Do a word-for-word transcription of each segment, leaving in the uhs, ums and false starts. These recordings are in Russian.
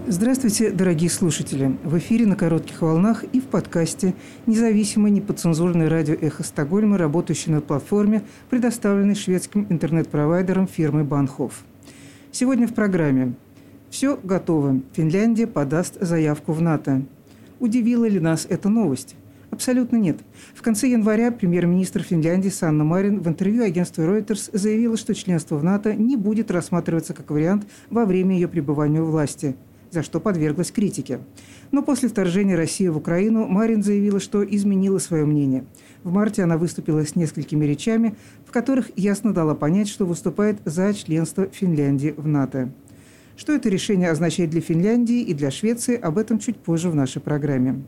Здравствуйте, дорогие слушатели! В эфире на коротких волнах и в подкасте независимое неподцензурное радио «Эхо Стокгольма», работающее на платформе, предоставленной шведским интернет-провайдером фирмы Банхоф. Сегодня в программе. Все готово. Финляндия подаст заявку в НАТО. Удивила ли нас эта новость? Абсолютно нет. В конце января премьер-министр Финляндии Санна Марин в интервью агентству Reuters заявила, что членство в НАТО не будет рассматриваться как вариант во время ее пребывания у власти, за что подверглась критике. Но после вторжения России в Украину Марин заявила, что изменила свое мнение. В марте она выступила с несколькими речами, в которых ясно дала понять, что выступает за членство Финляндии в НАТО. Что это решение означает для Финляндии и для Швеции, об этом чуть позже в нашей программе.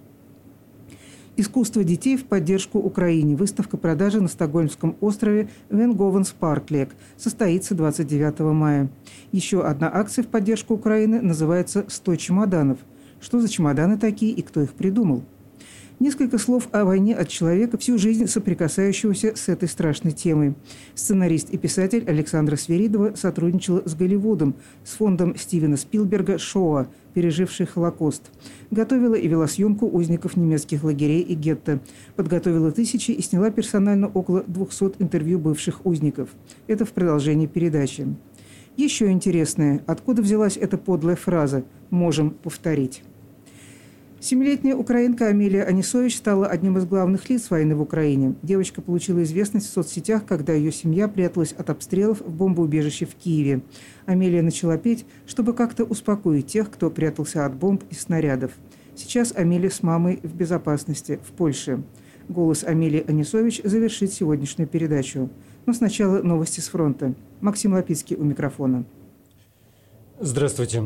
Искусство детей в поддержку Украине. Выставка продажи на Стокгольмском острове Венговенс Парклек состоится двадцать девятого мая. Еще одна акция в поддержку Украины называется «сто чемоданов». Что за чемоданы такие и кто их придумал? Несколько слов о войне от человека, всю жизнь соприкасающегося с этой страшной темой. Сценарист и писатель Александра Свиридова сотрудничала с Голливудом, с фондом Стивена Спилберга «Шоа», переживший Холокост. Готовила и вела съемку узников немецких лагерей и гетто. Подготовила тысячи и сняла персонально около двухсот интервью бывших узников. Это в продолжении передачи. Еще интересное, откуда взялась эта подлая фраза «можем повторить». Семилетняя украинка Амелия Анисович стала одним из главных лиц войны в Украине. Девочка получила известность в соцсетях, когда ее семья пряталась от обстрелов в бомбоубежище в Киеве. Амелия начала петь, чтобы как-то успокоить тех, кто прятался от бомб и снарядов. Сейчас Амелия с мамой в безопасности, в Польше. Голос Амелии Анисович завершит сегодняшнюю передачу. Но сначала новости с фронта. Максим Лапицкий у микрофона. Здравствуйте.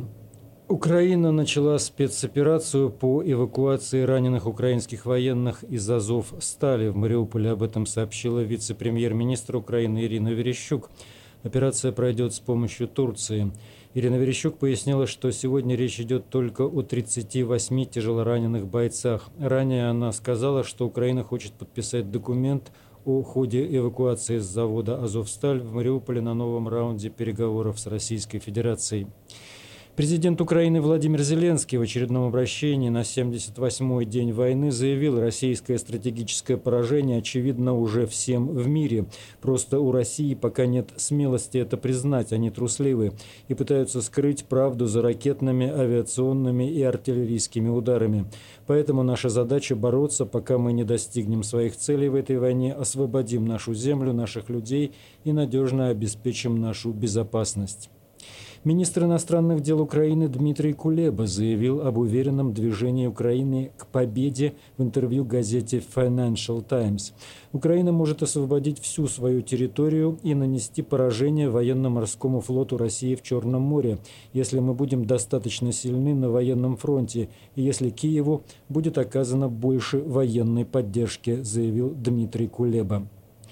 Украина начала спецоперацию по эвакуации раненых украинских военных из Азовстали в Мариуполе. Об этом сообщила вице-премьер-министр Украины Ирина Верещук. Операция пройдет с помощью Турции. Ирина Верещук пояснила, что сегодня речь идет только о тридцати восьми тяжелораненых бойцах. Ранее она сказала, что Украина хочет подписать документ о ходе эвакуации с завода «Азовсталь» в Мариуполе на новом раунде переговоров с Российской Федерацией. Президент Украины Владимир Зеленский в очередном обращении на семьдесят восьмой день войны заявил, российское стратегическое поражение очевидно уже всем в мире. Просто у России пока нет смелости это признать, они трусливы и пытаются скрыть правду за ракетными, авиационными и артиллерийскими ударами. Поэтому наша задача бороться, пока мы не достигнем своих целей в этой войне, освободим нашу землю, наших людей и надежно обеспечим нашу безопасность. Министр иностранных дел Украины Дмитрий Кулеба заявил об уверенном движении Украины к победе в интервью газете Financial Times. Украина может освободить всю свою территорию и нанести поражение военно-морскому флоту России в Черном море, если мы будем достаточно сильны на военном фронте и если Киеву будет оказано больше военной поддержки, заявил Дмитрий Кулеба.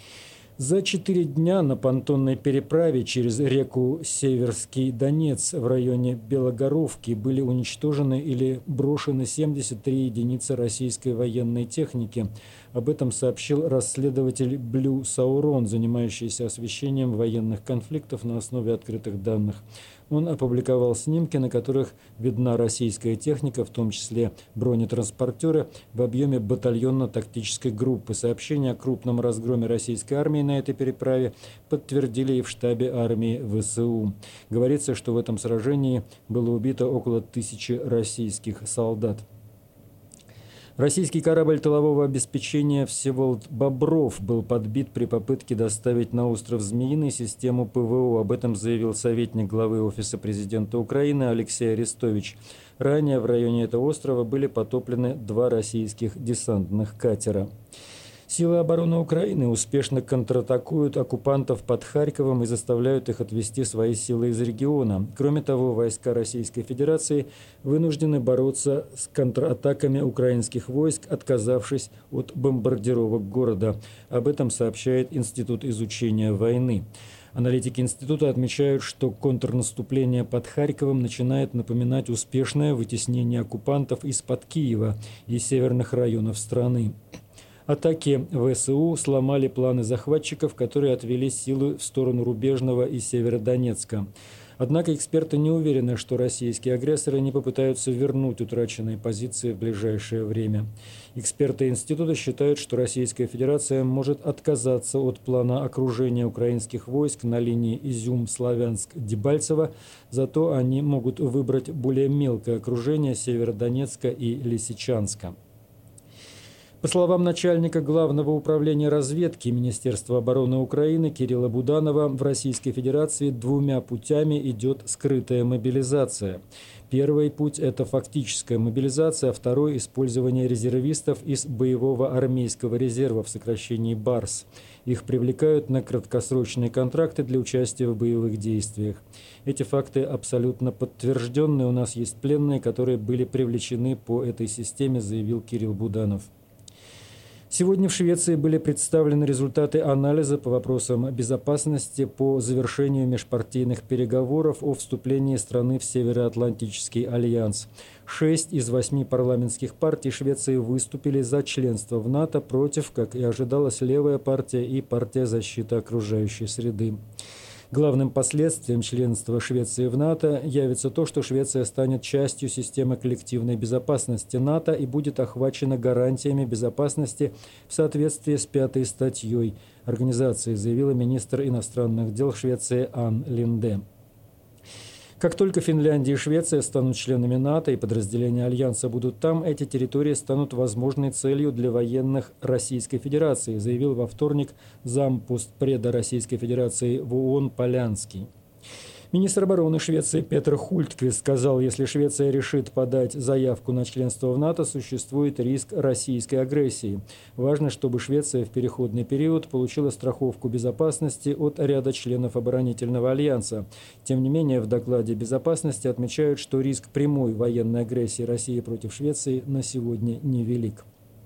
За четыре дня на понтонной переправе через реку Северский Донец в районе Белогоровки были уничтожены или брошены семьдесят три единицы российской военной техники. Об этом сообщил расследователь Блю Саурон, занимающийся освещением военных конфликтов на основе открытых данных. Он опубликовал снимки, на которых видна российская техника, в том числе бронетранспортеры, в объеме батальонно-тактической группы. Сообщение о крупном разгроме российской армии на этой переправе подтвердили и в штабе армии ВСУ. Говорится, что в этом сражении было убито около тысячи российских солдат. Российский корабль тылового обеспечения «Всеволод Бобров» был подбит при попытке доставить на остров Змеиный систему ПВО. Об этом заявил советник главы Офиса президента Украины Алексей Арестович. Ранее в районе этого острова были потоплены два российских десантных катера. Силы обороны Украины успешно контратакуют оккупантов под Харьковом и заставляют их отвести свои силы из региона. Кроме того, войска Российской Федерации вынуждены бороться с контратаками украинских войск, отказавшись от бомбардировок города. Об этом сообщает Институт изучения войны. Аналитики института отмечают, что контрнаступление под Харьковом начинает напоминать успешное вытеснение оккупантов из-под Киева и северных районов страны. Атаки ВСУ сломали планы захватчиков, которые отвели силы в сторону Рубежного и Северодонецка. Однако эксперты не уверены, что российские агрессоры не попытаются вернуть утраченные позиции в ближайшее время. Эксперты института считают, что Российская Федерация может отказаться от плана окружения украинских войск на линии Изюм-Славянск-Дебальцево, зато они могут выбрать более мелкое окружение Северодонецка и Лисичанска. По словам начальника Главного управления разведки Министерства обороны Украины Кирилла Буданова, в Российской Федерации двумя путями идет скрытая мобилизация. Первый путь – это фактическая мобилизация, а второй – использование резервистов из боевого армейского резерва, в сокращении БАРС. Их привлекают на краткосрочные контракты для участия в боевых действиях. Эти факты абсолютно подтвержденные. У нас есть пленные, которые были привлечены по этой системе, заявил Кирилл Буданов. Сегодня в Швеции были представлены результаты анализа по вопросам безопасности по завершению межпартийных переговоров о вступлении страны в Североатлантический альянс. Шесть из восьми парламентских партий Швеции выступили за членство в НАТО против, как и ожидалось, левая партия и партия защиты окружающей среды. Главным последствием членства Швеции в НАТО явится то, что Швеция станет частью системы коллективной безопасности НАТО и будет охвачена гарантиями безопасности в соответствии с пятой статьей организации, заявила министр иностранных дел Швеции Ан Линде. Как только Финляндия и Швеция станут членами НАТО и подразделения Альянса будут там, эти территории станут возможной целью для военных Российской Федерации, заявил во вторник зампостпреда Российской Федерации в ООН Полянский. Министр обороны Швеции Петр Хультквист сказал, если Швеция решит подать заявку на членство в НАТО, существует риск российской агрессии. Важно, чтобы Швеция в переходный период получила страховку безопасности от ряда членов оборонительного альянса. Тем не менее, в докладе безопасности отмечают, что риск прямой военной агрессии России против Швеции на сегодня невелик.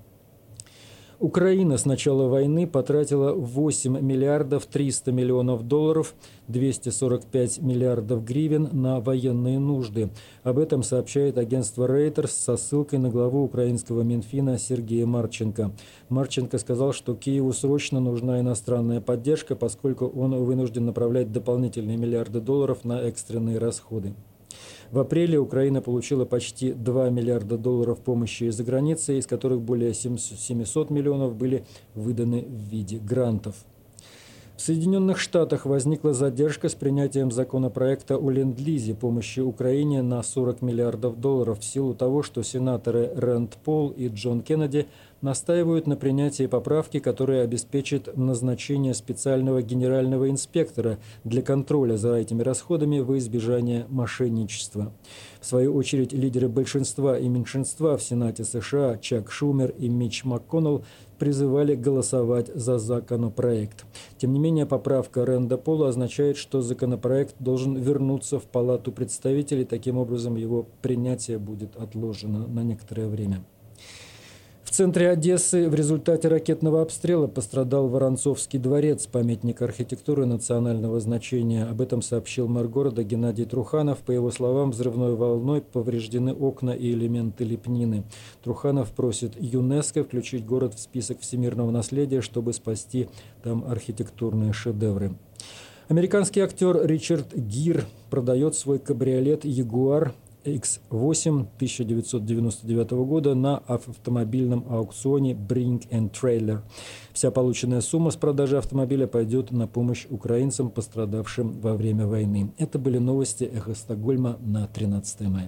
Украина с начала войны потратила восемь миллиардов триста миллионов долларов, двести сорок пять миллиардов гривен на военные нужды. Об этом сообщает агентство Reuters со ссылкой на главу украинского Минфина Сергея Марченко. Марченко сказал, что Киеву срочно нужна иностранная поддержка, поскольку он вынужден направлять дополнительные миллиарды долларов на экстренные расходы. В апреле Украина получила почти два миллиарда долларов помощи из-за границы, из которых более семисот миллионов были выданы в виде грантов. В Соединенных Штатах возникла задержка с принятием законопроекта о ленд-лизе помощи Украине на сорок миллиардов долларов в силу того, что сенаторы Рэнд Пол и Джон Кеннеди настаивают на принятии поправки, которая обеспечит назначение специального генерального инспектора для контроля за этими расходами во избежание мошенничества. В свою очередь, лидеры большинства и меньшинства в Сенате США Чак Шумер и Митч МакКоннелл призывали голосовать за законопроект. Тем не менее, поправка Рэнда Пола означает, что законопроект должен вернуться в Палату представителей. Таким образом, его принятие будет отложено на некоторое время. В центре Одессы в результате ракетного обстрела пострадал Воронцовский дворец, памятник архитектуры национального значения. Об этом сообщил мэр города Геннадий Труханов. По его словам, взрывной волной повреждены окна и элементы лепнины. Труханов просит ЮНЕСКО включить город в список всемирного наследия, чтобы спасти там архитектурные шедевры. Американский актер Ричард Гир продает свой кабриолет «Ягуар» икс восемь тысяча девятьсот девяносто девятого года на автомобильном аукционе Bring and Trailer. Вся полученная сумма с продажи автомобиля пойдет на помощь украинцам, пострадавшим во время войны. Это были новости «Эхо Стокгольма» на тринадцатое мая.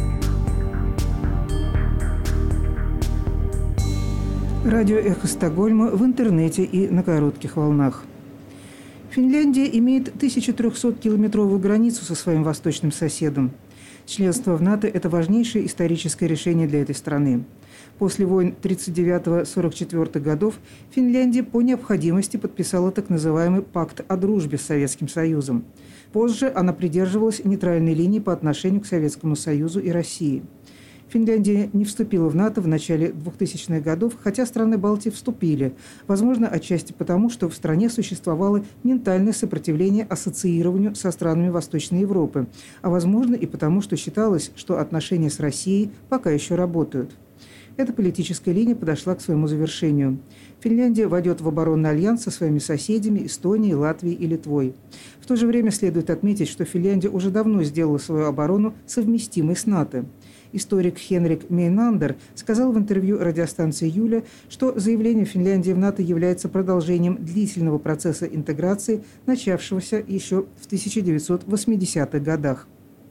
Радио «Эхо Стокгольма» в интернете и на коротких волнах. Финляндия имеет тысяча трехсоткилометровую границу со своим восточным соседом. Членство в НАТО – это важнейшее историческое решение для этой страны. После войн тридцать девятого — сорок четвёртого годов Финляндия по необходимости подписала так называемый «Пакт о дружбе» с Советским Союзом. Позже она придерживалась нейтральной линии по отношению к Советскому Союзу и России. Финляндия не вступила в НАТО в начале двухтысячных годов, хотя страны Балтии вступили. Возможно, отчасти потому, что в стране существовало ментальное сопротивление ассоциированию со странами Восточной Европы, а возможно и потому, что считалось, что отношения с Россией пока еще работают. эта политическая линия подошла к своему завершению. Финляндия войдет в оборонный альянс со своими соседями Эстонией, Латвией и Литвой. В то же время следует отметить, что Финляндия уже давно сделала свою оборону совместимой с НАТО. Историк Хенрик Мейнандер сказал в интервью радиостанции «Юля», что заявление Финляндии в НАТО является продолжением длительного процесса интеграции, начавшегося еще в тысяча девятьсот восьмидесятых годах.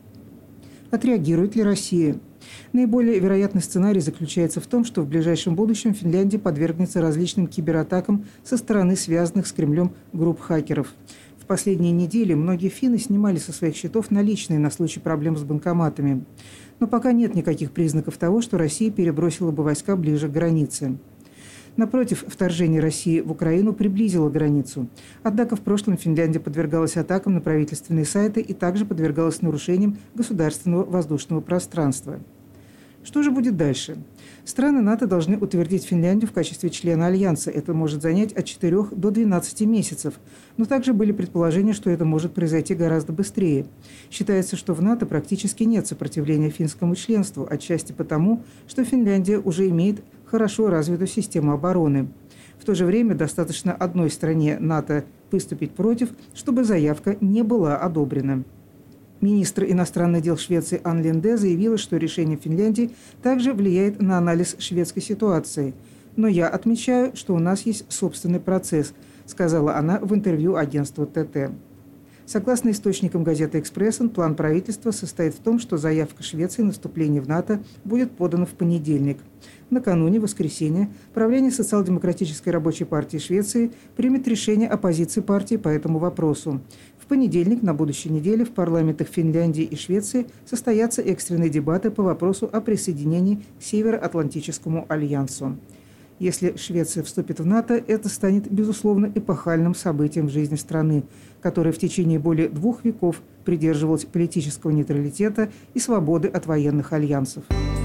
Отреагирует ли Россия? Наиболее вероятный сценарий заключается в том, что в ближайшем будущем Финляндия подвергнется различным кибератакам со стороны связанных с Кремлем групп хакеров. В последние недели многие финны снимали со своих счетов наличные на случай проблем с банкоматами. Но пока нет никаких признаков того, что Россия перебросила бы войска ближе к границе. Напротив, вторжение России в Украину приблизило границу. Однако в прошлом Финляндия подвергалась атакам на правительственные сайты и также подвергалась нарушениям государственного воздушного пространства. Что же будет дальше? Страны НАТО должны утвердить Финляндию в качестве члена Альянса. Это может занять от четырёх до двенадцати месяцев. Но также были предположения, что это может произойти гораздо быстрее. Считается, что в НАТО практически нет сопротивления финскому членству, отчасти потому, что Финляндия уже имеет хорошо развитую систему обороны. В то же время достаточно одной стране НАТО выступить против, чтобы заявка не была одобрена. Министр иностранных дел Швеции Анн Линде заявила, что решение Финляндии также влияет на анализ шведской ситуации. «Но я отмечаю, что у нас есть собственный процесс», сказала она в интервью агентству ТТ. Согласно источникам газеты «Экспрессен», план правительства состоит в том, что заявка Швеции на вступление в НАТО будет подана в понедельник. Накануне, в воскресенье, правление Социал-демократической рабочей партии Швеции примет решение о позиции партии по этому вопросу. В понедельник на будущей неделе в парламентах Финляндии и Швеции состоятся экстренные дебаты по вопросу о присоединении к Североатлантическому альянсу. Если Швеция вступит в НАТО, это станет, безусловно, эпохальным событием в жизни страны, которая в течение более двух веков придерживалась политического нейтралитета и свободы от военных альянсов.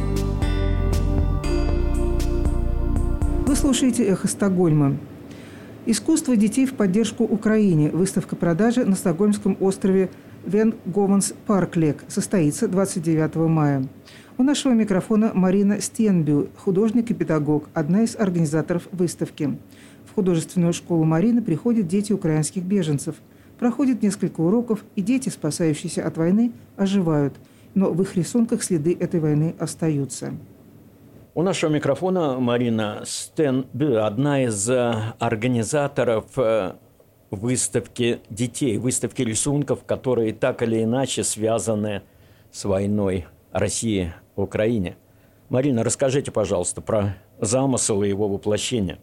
Вы слушаете «Эхо Стокгольма». Искусство детей в поддержку Украине. Выставка-продажи на стокгольмском острове Венгованс Парклек состоится двадцать девятого мая. У нашего микрофона Марина Стенбю, художник и педагог, одна из организаторов выставки. В художественную школу Марины приходят дети украинских беженцев. Проходит несколько уроков, и дети, спасающиеся от войны, оживают. Но в их рисунках следы этой войны остаются. У нашего микрофона Марина Стенбю, одна из организаторов выставки детей, выставки рисунков, которые так или иначе связаны с войной России в Украине. Марина, расскажите, пожалуйста, про замысел и его воплощение.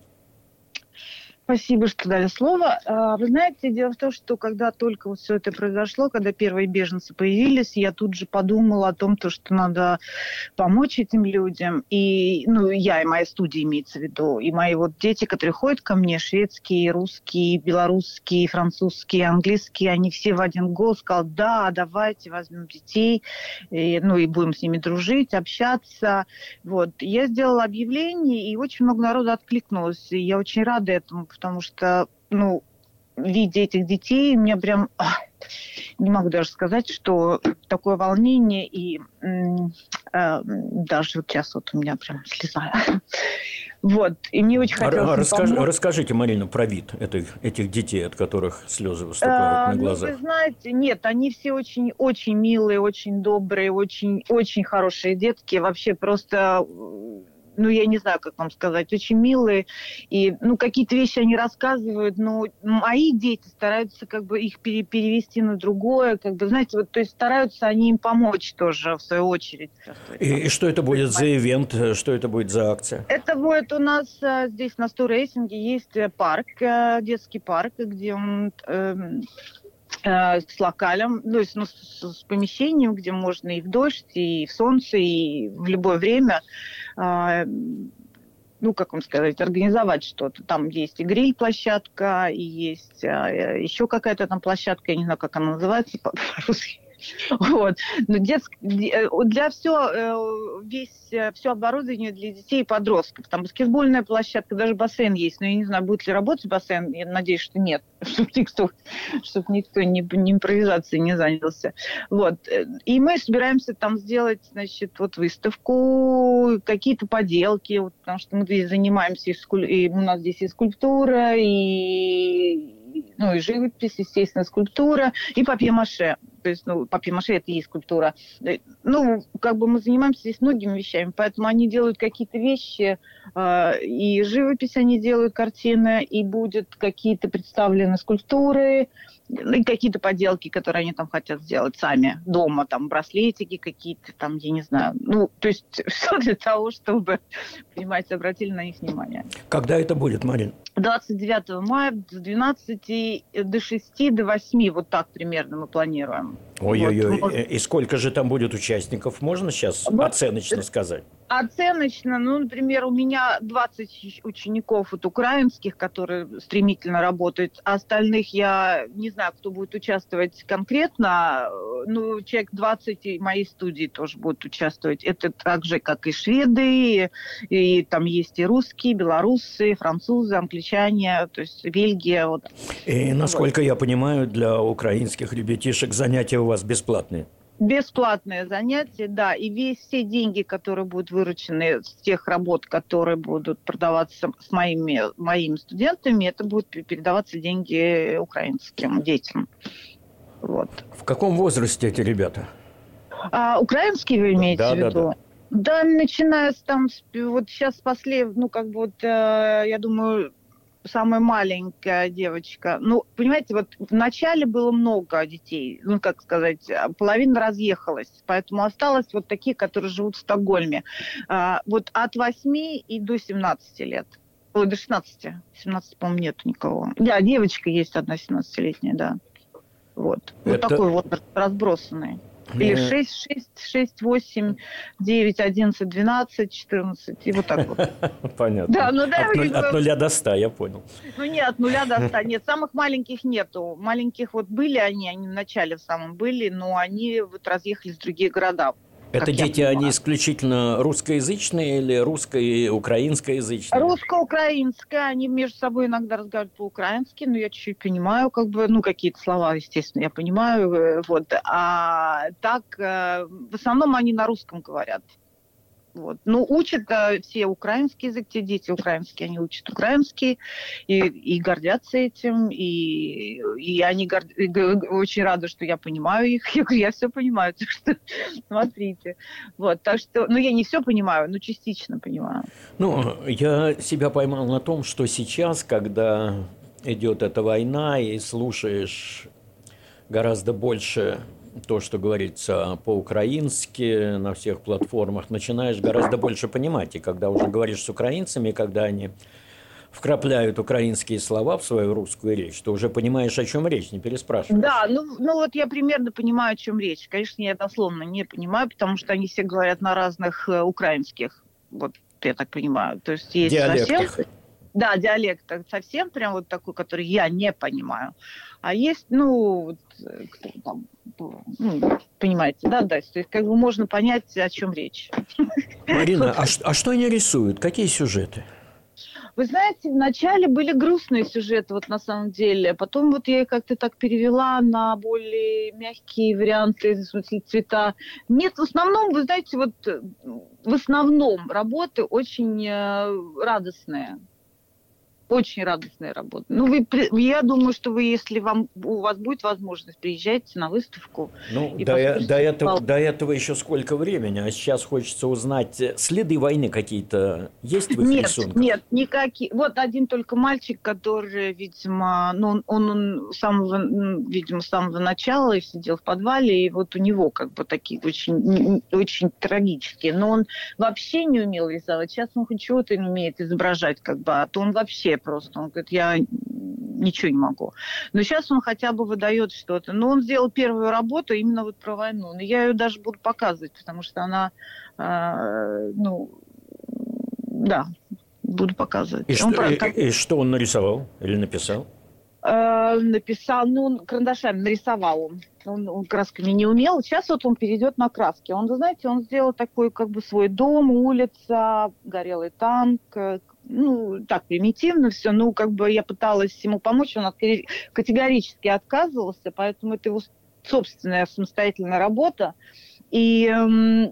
Спасибо, что дали слово. Вы знаете, дело в том, что когда только вот все это произошло, когда первые беженцы появились, я тут же подумала о том, что надо помочь этим людям. И, ну, я и моя студия имеется в виду, и мои вот дети, которые ходят ко мне, шведские, русские, белорусские, французские, английские, они все в один голос сказали: да, давайте возьмем детей, и, ну, и будем с ними дружить, общаться. Вот. Я сделала объявление, и очень много народу откликнулось, и я очень рада этому, потому что, ну, видя этих детей, мне прям, ах, не могу даже сказать, что такое волнение, и э, даже вот сейчас вот у меня прям слеза. Вот, и мне очень хотелось... Расскажи, расскажите, Марина, про вид этих, этих детей, от которых слезы выступают а, на глазах. Ну, вы знаете, нет, они все очень, очень милые, очень добрые, очень, очень хорошие детки, вообще просто... Ну, я не знаю, как вам сказать, очень милые. И, ну, какие-то вещи они рассказывают, но мои дети стараются как бы их пере- перевести на другое, как бы, знаете, вот, то есть стараются они им помочь тоже, в свою очередь. И, и что это будет за ивент, что это будет за акция? Это будет у нас а, здесь на Сторрейсинге есть парк, а, детский парк, где он... А, с локалем, ну, с, ну, с, с помещением, где можно и в дождь, и в солнце, и в любое время, э, ну, как вам сказать, организовать что-то. Там есть и гриль-площадка, и есть э, еще какая-то там площадка, я не знаю, как она называется по-русски. Вот. Но детск... для все, весь, все оборудование для детей и подростков. Там баскетбольная площадка, даже бассейн есть. Но я не знаю, будет ли работать бассейн. Я надеюсь, что нет. Чтобы никто, чтобы никто не, не импровизацией не занялся. Вот. И мы собираемся там сделать, значит, вот выставку, какие-то поделки, вот, потому что мы здесь занимаемся, и, скуль... и у нас здесь и скульптура, и ну, и живопись, естественно, скульптура, и папье-маше. То есть, ну, папье-маше – это и есть скульптура. Ну, как бы мы занимаемся здесь многими вещами, поэтому они делают какие-то вещи, э, и живопись они делают, картины, и будут какие-то представлены скульптуры, и какие-то поделки, которые они там хотят сделать сами дома, там, браслетики какие-то, там, я не знаю. Ну, то есть, все для того, чтобы, понимаете, обратили на них внимание. Когда это будет, Марин? двадцать девятого мая с двенадцати до шести, до восьми, вот так примерно мы планируем. Ой-ой-ой, вот. И сколько же там будет участников, можно сейчас вот оценочно сказать? Оценочно, ну, например, у меня двадцать учеников вот, украинских, которые стремительно работают, а остальных я не знаю, кто будет участвовать конкретно, ну, человек двадцать и моей студии тоже будут участвовать. Это так же, как и шведы, и, и там есть и русские, белорусы, французы, англичане, то есть Бельгия. Вот. И, насколько вот. я понимаю, для украинских ребятишек занятия у вас бесплатные? Бесплатное занятие, да, и весь, все деньги, которые будут выручены с тех работ, которые будут продаваться с моими, моими студентами, это будут передаваться деньги украинским детям. Вот. В каком возрасте эти ребята? А, украинские вы имеете да, в виду? Да, да. Да, начиная с там, вот сейчас после, ну, как бы вот, э, я думаю, самая маленькая девочка. Ну, понимаете, вот вначале было много детей, ну, как сказать, половина разъехалась, поэтому осталось вот такие, которые живут в Стокгольме. А, вот от восьми и до семнадцати лет. Ой, до шестнадцати. семнадцати, по-моему, нету никого. Да, девочка есть одна семнадцатилетняя, да. Вот. Вот Это... такой вот разбросанный. Или шесть, шесть, шесть, восемь, девять, одиннадцать, двенадцать, четырнадцать. И вот так вот. Понятно. Да, ну, да, от, нуль, от нуля до ста, я понял. Ну нет, от нуля до ста. Нет, самых маленьких нету. Маленьких вот были они, они в начале в самом были, но они вот разъехались в другие города. Это дети, они исключительно русскоязычные или русско- и украинскоязычные? Русско-украинское. Они между собой иногда разговаривают по-украински, но я чуть-чуть понимаю, как бы, ну, какие-то слова, естественно, я понимаю. Вот. А так, в основном они на русском говорят. Вот. Ну, учат э, все украинский язык, те дети украинские, они учат украинский и, и гордятся этим, и, и они горд... и очень рады, что я понимаю их. Я говорю, я все понимаю, так что смотрите. Вот, так что, ну, я не все понимаю, но частично понимаю. Ну, я себя поймал на том, что сейчас, когда идет эта война, и слушаешь гораздо больше то, что говорится по-украински на всех платформах, начинаешь гораздо больше понимать. И когда уже говоришь с украинцами, когда они вкрапляют украинские слова в свою русскую речь, то уже понимаешь, о чем речь, не переспрашиваешь. Да, ну, ну вот я примерно понимаю, о чем речь. Конечно, я дословно не понимаю, потому что они все говорят на разных э, украинских, вот я так понимаю. То есть есть диалектах. Совсем... Да, диалект совсем прям вот такой, который я не понимаю. А есть, ну, кто там, ну, понимаете, да, да, то есть как бы можно понять, о чем речь. Марина, а, а что они рисуют? Какие сюжеты? Вы знаете, вначале были грустные сюжеты, вот на самом деле. Потом вот я их как-то так перевела на более мягкие варианты, в смысле цвета. Нет, в основном, вы знаете, вот в основном работы очень радостные. Очень радостная работа. Ну, вы, я думаю, что вы, если вам, у вас будет возможность, приезжайте на выставку. Ну, до, до, этого, до этого еще сколько времени, а сейчас хочется узнать, следы войны какие-то есть в их нет, рисунках? Нет, никакие. Вот один только мальчик, который, видимо, ну, он, он самого, видимо, с самого начала сидел в подвале, и вот у него как бы такие очень, очень трагические. Но он вообще не умел рисовать. Сейчас он хоть чего-то не умеет изображать, как бы, а то он вообще просто. Он говорит, я ничего не могу. Но сейчас он хотя бы выдает что-то. Но он сделал первую работу именно вот про войну. Но я ее даже буду показывать, потому что она, э, ну, да, буду показывать. И, он что, про... и, и что он нарисовал или написал? Э, написал, ну, карандашами нарисовал он. он. Он красками не умел. Сейчас вот он перейдет на краски. Он, вы знаете, он сделал такой как бы свой дом, улица, горелый танк. Ну, так, примитивно все. Ну, как бы я пыталась ему помочь, он категорически отказывался, поэтому это его собственная самостоятельная работа. И, ну,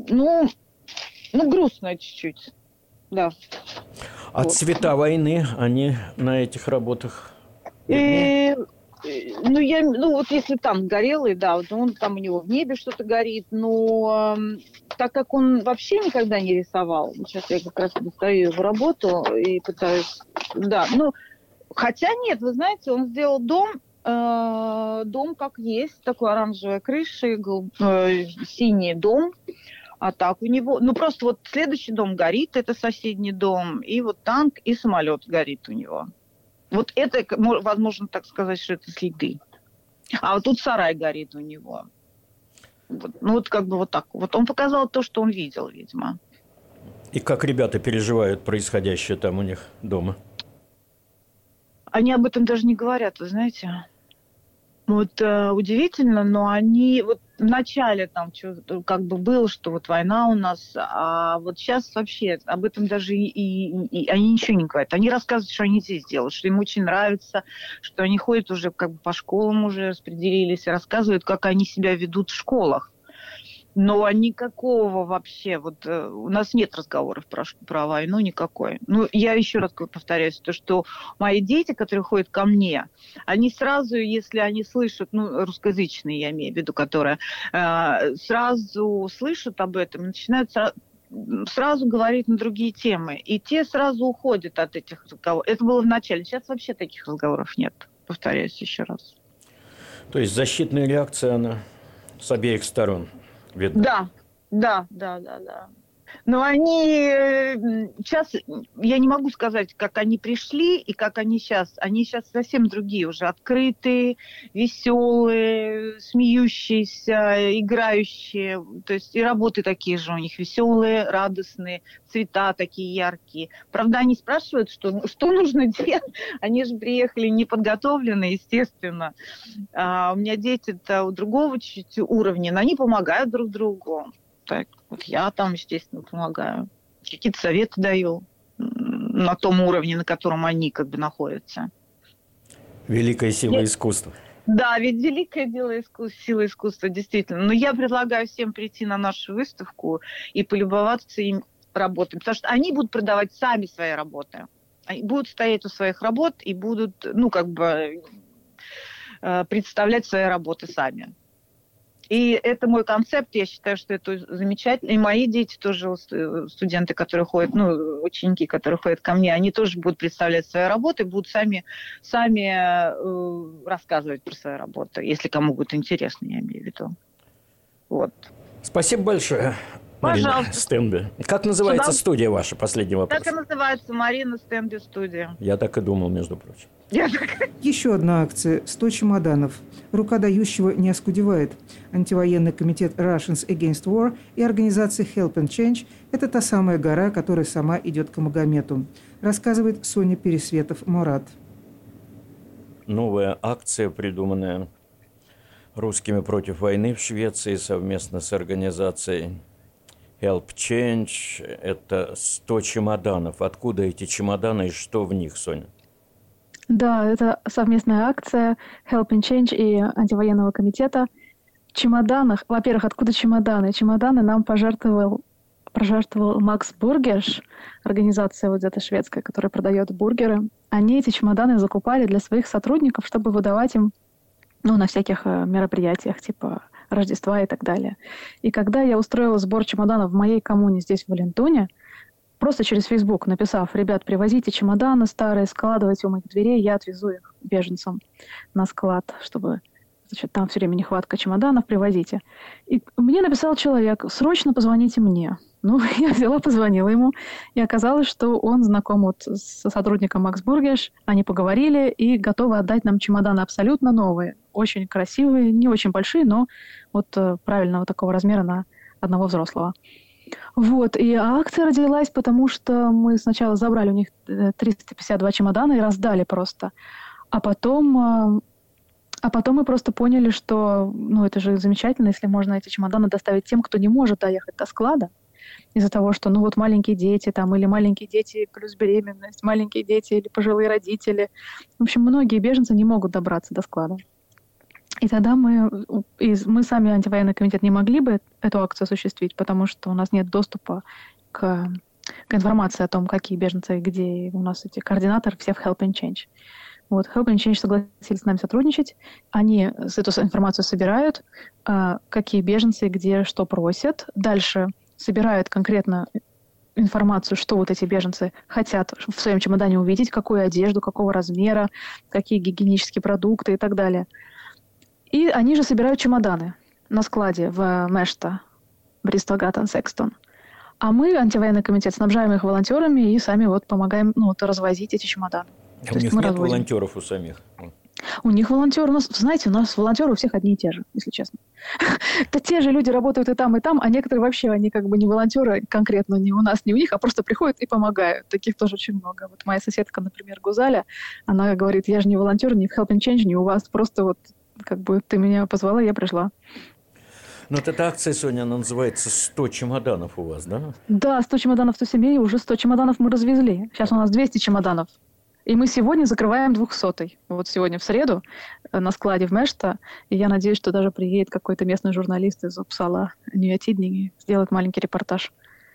ну грустно чуть-чуть, да. А вот. Цвета войны, они на этих работах... И, ну, я, ну, вот если там горелый, да, вот он, там у него в небе что-то горит, но э, так как он вообще никогда не рисовал, сейчас я как раз достаю его работу и пытаюсь, да, ну, хотя нет, вы знаете, он сделал дом, э, дом как есть, такой оранжевая крыша, э, синий дом, а так у него, ну, просто вот следующий дом горит, это соседний дом, и вот танк, и самолет горит у него. Вот это, возможно так сказать, что это следы. А вот тут сарай горит у него. Вот, ну вот как бы вот так. Вот он показал то, что он видел, видимо. И как ребята переживают происходящее там у них дома? Они об этом даже не говорят, вы знаете. Вот э, удивительно, но они вот в начале там что, как бы было, что вот война у нас, а вот сейчас вообще об этом даже и, и, и они ничего не говорят. Они рассказывают, что они здесь делают, что им очень нравится, что они ходят уже как бы по школам уже распределились, рассказывают, как они себя ведут в школах. Но никакого вообще, вот э, у нас нет разговоров про, про войну никакой. Ну, я еще раз повторяюсь, то, что мои дети, которые ходят ко мне, они сразу, если они слышат, ну, русскоязычные, я имею в виду, которые э, сразу слышат об этом, начинают сразу, сразу говорить на другие темы. И те сразу уходят от этих разговоров. Это было в начале. Сейчас вообще таких разговоров нет. Повторяюсь еще раз. То есть защитная реакция, она с обеих сторон. Видно. Да, да, да, да, да. Но они сейчас, я не могу сказать, как они пришли и как они сейчас. Они сейчас совсем другие уже, открытые, веселые, смеющиеся, играющие. То есть и работы такие же у них веселые, радостные, цвета такие яркие. Правда, они спрашивают, что, что нужно делать. Они же приехали неподготовленные, естественно. А у меня дети-то у другого чуть уровня, но они помогают друг другу. Так, вот я там, естественно, помогаю. Какие-то советы даю на том уровне, на котором они как бы находятся. Великая сила я... искусства. Да, ведь великое дело искусства, сила искусства, действительно. Но я предлагаю всем прийти на нашу выставку и полюбоваться им работами, потому что они будут продавать сами свои работы. Они будут стоять у своих работ и будут, ну, как бы представлять свои работы сами. И это мой концепт, я считаю, что это замечательно. И мои дети тоже, студенты, которые ходят, ну, ученики, которые ходят ко мне, они тоже будут представлять свои работы, будут сами, сами э, рассказывать про свои работы, если кому будет интересно, я имею в виду. Вот. Спасибо большое, Марина Стенби. Как называется Сюда... студия ваша? Последний вопрос. Так и называется Марина Стенби студия. Я так и думал, между прочим. Еще одна акция «сто чемоданов». Рука дающего не оскудевает. Антивоенный комитет Russians Against War и организация Help and Change – это та самая гора, которая сама идет к Магомету, рассказывает Соня Пересветов-Мурат. Новая акция, придуманная русскими против войны в Швеции совместно с организацией Help Change – это сто чемоданов. Откуда эти чемоданы и что в них, Соня? Да, это совместная акция Help and Change и антивоенного комитета. В чемоданах, во-первых, откуда чемоданы? Чемоданы нам пожертвовал, пожертвовал Макс Бургерш, организация вот эта шведская, которая продает бургеры. Они эти чемоданы закупали для своих сотрудников, чтобы выдавать им, ну, на всяких мероприятиях, типа Рождества и так далее. И когда я устроила сбор чемоданов в моей коммуне здесь, в Валентуне, просто через Facebook написав: ребят, привозите чемоданы старые, складывайте у моих дверей, я отвезу их беженцам на склад, чтобы, значит, там все время нехватка чемоданов, привозите. И мне написал человек: срочно позвоните мне. Ну, я взяла, позвонила ему, и оказалось, что он знаком вот с сотрудником Макс Бургерш, они поговорили и готовы отдать нам чемоданы абсолютно новые, очень красивые, не очень большие, но вот правильного такого размера на одного взрослого. Вот, и акция родилась, потому что мы сначала забрали у них триста пятьдесят два чемодана и раздали просто. А потом, а потом мы просто поняли, что ну, это же замечательно, если можно эти чемоданы доставить тем, кто не может доехать до склада. Из-за того, что, ну вот маленькие дети там, или маленькие дети плюс беременность, маленькие дети или пожилые родители. В общем, многие беженцы не могут добраться до склада. И тогда мы, и мы сами, антивоенный комитет, не могли бы эту акцию осуществить, потому что у нас нет доступа к, к информации о том, какие беженцы, где у нас эти координаторы, все в Help and Change. Вот, Help and Change согласились с нами сотрудничать. Они эту информацию собирают, какие беженцы, где что просят. Дальше собирают конкретно информацию, что вот эти беженцы хотят в своем чемодане увидеть, какую одежду, какого размера, какие гигиенические продукты и так далее. И они же собирают чемоданы на складе в Мешта, Бристол, Гаттон, Секстон. А мы, антивоенный комитет, снабжаем их волонтерами и сами вот помогаем ну, вот, развозить эти чемоданы. У них нет разводим. волонтеров у самих? У них волонтеры, у нас, знаете, у нас волонтеры у всех одни и те же, если честно. Это те же люди работают и там, и там, а некоторые вообще, они как бы не волонтеры конкретно, ни у нас, ни у них, а просто приходят и помогают. Таких тоже очень много. Вот моя соседка, например, Гузаля, она говорит, я же не волонтер, ни в Help and Change, ни у вас, просто вот как бы ты меня позвала, я пришла. Ну, вот эта акция, Соня, она называется «сто чемоданов» у вас, да? Да, сто чемоданов сто семей, уже сто чемоданов мы развезли. Сейчас у нас двести чемоданов. И мы сегодня закрываем двухсотый. Вот сегодня в среду на складе в Мешта. И я надеюсь, что даже приедет какой-то местный журналист из Упсала, Нью-Тидни, сделает маленький репортаж.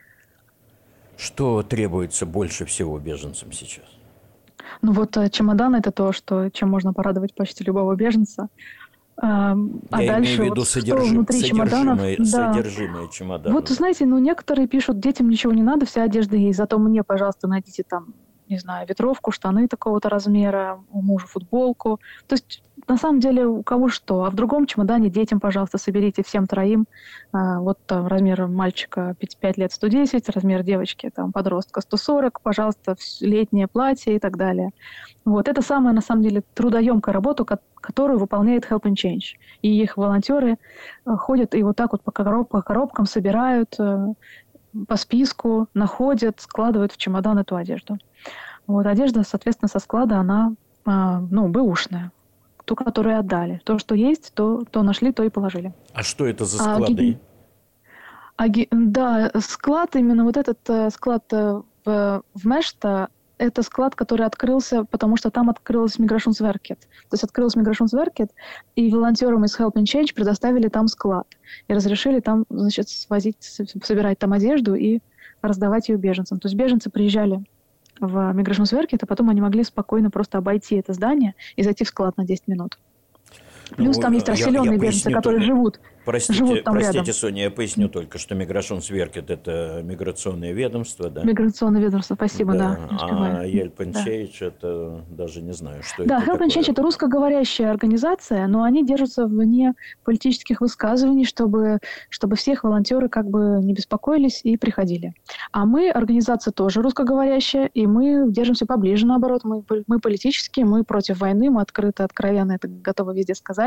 Что требуется больше всего беженцам сейчас? Ну вот чемодан – это то, что, чем можно порадовать почти любого беженца. А, а я дальше имею в виду вот, содержи... внутри чемоданов, да. содержимое чемодана. Вот, знаете, ну некоторые пишут, детям ничего не надо, вся одежда есть, зато мне, пожалуйста, найдите там, не знаю, ветровку, штаны такого-то размера, у мужа футболку. То есть, на самом деле, у кого что. А в другом чемодане детям, пожалуйста, соберите всем троим. А, вот там размер мальчика пять лет сто десять, размер девочки, там, подростка сто сорок, пожалуйста, летнее платье и так далее. Вот. Это самая, на самом деле, трудоемкая работа, которую выполняет Help and Change. И их волонтеры ходят и вот так вот по, короб- по коробкам собирают, по списку, находят, складывают в чемодан эту одежду. Вот одежда, соответственно, со склада, она, ну, бэушная. Ту, которую отдали. То, что есть, то, то нашли, то и положили. А что это за склады? А, ги... Да, склад, именно вот этот склад в, в Мешта, это склад, который открылся, потому что там открылась Migrationsverket. То есть открылся Migrationsverket, и волонтерам из Help and Change предоставили там склад. И разрешили там, значит, свозить, собирать там одежду и раздавать ее беженцам. То есть беженцы приезжали в Migrationsverket, а потом они могли спокойно просто обойти это здание и зайти в склад на десять минут. Плюс ну, там есть расселенные я, я беженцы, которые только, живут, простите, живут там простите, рядом. Соня, я поясню только, что Migrationsverket – это миграционное ведомство, да? Миграционное ведомство, спасибо, да. да. А Help and Change да. – это даже не знаю, что да, это Help and Change – это русскоговорящая организация, но они держатся вне политических высказываний, чтобы, чтобы всех волонтеры как бы не беспокоились и приходили. А мы, организация тоже русскоговорящая, и мы держимся поближе, наоборот. Мы, мы политические, мы против войны, мы открыто, откровенно это готовы везде сказать.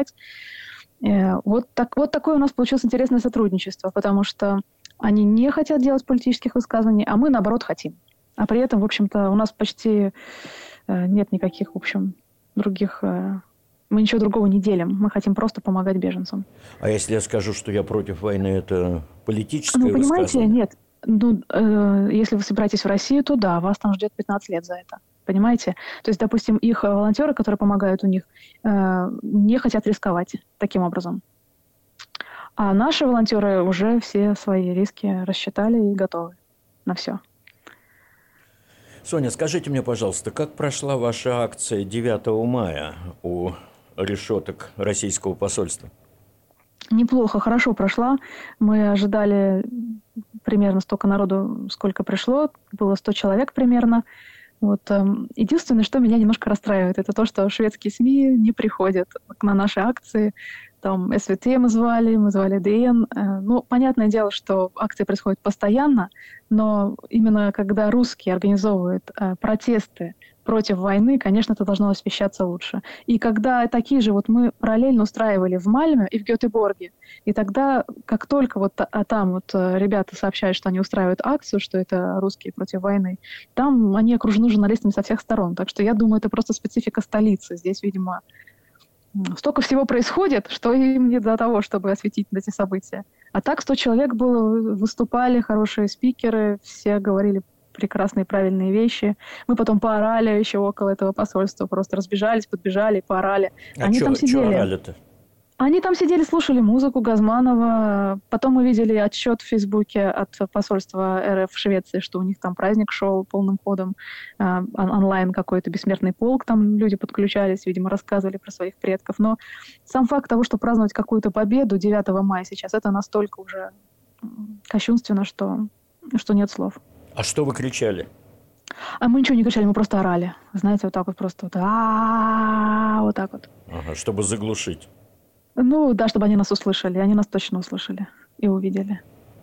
Вот, так, вот такое у нас получилось интересное сотрудничество, потому что они не хотят делать политических высказываний, а мы, наоборот, хотим. А при этом, в общем-то, у нас почти нет никаких, в общем, других... Мы ничего другого не делим. Мы хотим просто помогать беженцам. А если я скажу, что я против войны, это политическое ну, понимаете, высказывание? Нет. Ну, э, если вы собираетесь в Россию, то да, вас там ждет пятнадцать лет за это. Понимаете? То есть, допустим, их волонтеры, которые помогают у них, э, не хотят рисковать таким образом. А наши волонтеры уже все свои риски рассчитали и готовы на все. Соня, скажите мне, пожалуйста, как прошла ваша акция девятого мая у решеток российского посольства? Неплохо, хорошо прошла. Мы ожидали примерно столько народу, сколько пришло. Было сто человек примерно. Вот. Единственное, что меня немножко расстраивает, это то, что шведские СМИ не приходят на наши акции. Там эс вэ тэ мы звали, мы звали дэ эн. Ну, понятное дело, что акции происходят постоянно, но именно когда русские организовывают протесты против войны, конечно, это должно освещаться лучше. И когда такие же вот мы параллельно устраивали в Мальме и в Гетеборге, и тогда, как только вот а там вот ребята сообщают, что они устраивают акцию, что это русские против войны, там они окружены журналистами со всех сторон. Так что я думаю, это просто специфика столицы. Здесь, видимо, столько всего происходит, что им не до того, чтобы осветить эти события. А так сто человек было, выступали, хорошие спикеры, все говорили прекрасные, правильные вещи. Мы потом поорали еще около этого посольства, просто разбежались, подбежали, поорали. А Они чё, там сидели. чё орали-то? Они там сидели, слушали музыку Газманова. Потом мы видели отчет в Фейсбуке от посольства эр эф в Швеции, что у них там праздник шел полным ходом. Э, онлайн какой-то бессмертный полк, там люди подключались, видимо, рассказывали про своих предков. Но сам факт того, что праздновать какую-то победу девятого мая сейчас, это настолько уже кощунственно, что, что нет слов. А что вы кричали? А мы ничего не кричали, мы просто орали. Знаете, вот так вот просто вот а вот так вот. Ага, чтобы заглушить. Ну, да, чтобы они нас услышали. Они нас точно услышали и увидели.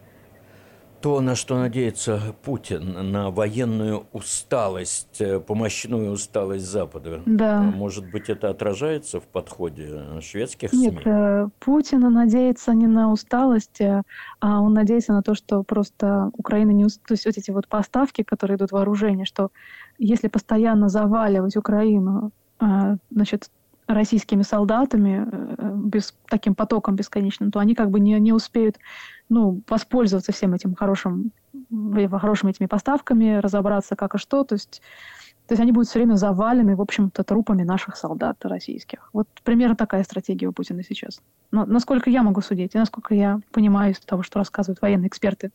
То, на что надеется Путин, на военную усталость, помощную усталость Запада. Да. Может быть, это отражается в подходе шведских Нет, СМИ? Путин надеется не на усталость, а он надеется на то, что просто Украина не... Уст... То есть вот эти вот поставки, которые идут в вооружение, что если постоянно заваливать Украину, значит, российскими солдатами, без, таким потоком бесконечным, то они как бы не, не успеют ну, воспользоваться всем этим хорошим, хорошими этими поставками, разобраться как и что. То есть, то есть они будут все время завалены, в общем-то, трупами наших солдат российских. Вот примерно такая стратегия у Путина сейчас. Но, насколько я могу судить, и насколько я понимаю из того, что рассказывают военные эксперты.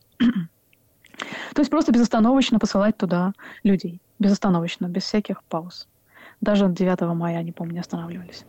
То есть просто безостановочно посылать туда людей. Безостановочно, без всяких пауз. Даже девятого мая они, помню, не останавливались.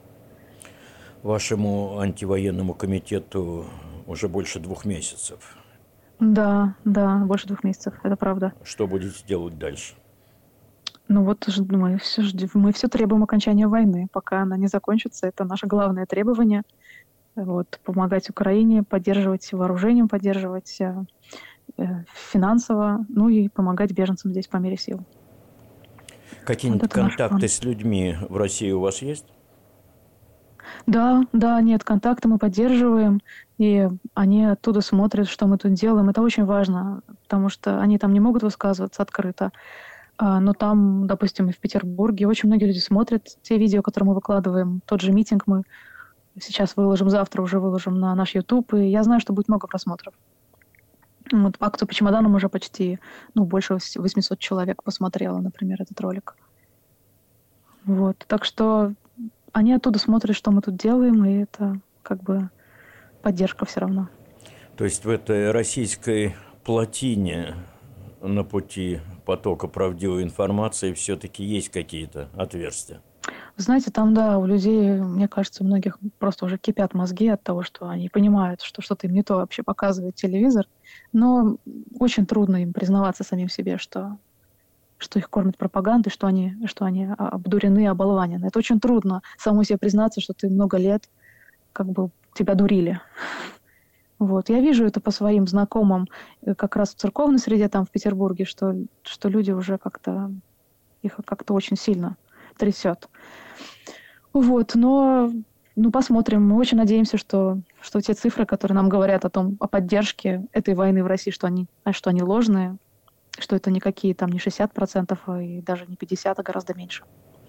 Вашему антивоенному комитету уже больше двух месяцев. Да, да, больше двух месяцев, это правда. Что будете делать дальше? Ну вот мы все, мы все требуем окончания войны, пока она не закончится. Это наше главное требование. Вот, помогать Украине, поддерживать вооружением, поддерживать э, финансово, ну и помогать беженцам здесь по мере сил. Какие-нибудь вот контакты с людьми в России у вас есть? Да, да, нет, контакты мы поддерживаем, и они оттуда смотрят, что мы тут делаем. Это очень важно, потому что они там не могут высказываться открыто. Но там, допустим, и в Петербурге очень многие люди смотрят те видео, которые мы выкладываем. Тот же митинг мы сейчас выложим, завтра уже выложим на наш YouTube, и я знаю, что будет много просмотров. Вот акцию по чемоданам уже почти, ну, больше восемьсот человек посмотрело, например, этот ролик. Вот, так что они оттуда смотрят, что мы тут делаем, и это как бы поддержка все равно. То есть в этой российской плотине на пути потока правдивой информации все-таки есть какие-то отверстия? Знаете, там, да, у людей, мне кажется, у многих просто уже кипят мозги от того, что они понимают, что что-то им не то вообще показывает телевизор, но очень трудно им признаваться самим себе, что, что их кормят пропагандой, что они, что они обдурены, оболванены. Это очень трудно самому себе признаться, что ты много лет как бы тебя дурили. Вот. Я вижу это по своим знакомым как раз в церковной среде там в Петербурге, что, что люди уже как-то, их как-то очень сильно трясет. Вот, но ну, посмотрим. Мы очень надеемся, что, что те цифры, которые нам говорят о том, о поддержке этой войны в России, что они, что они ложные, что это никакие там не шестьдесят процентов и даже не пятьдесят процентов, а гораздо меньше.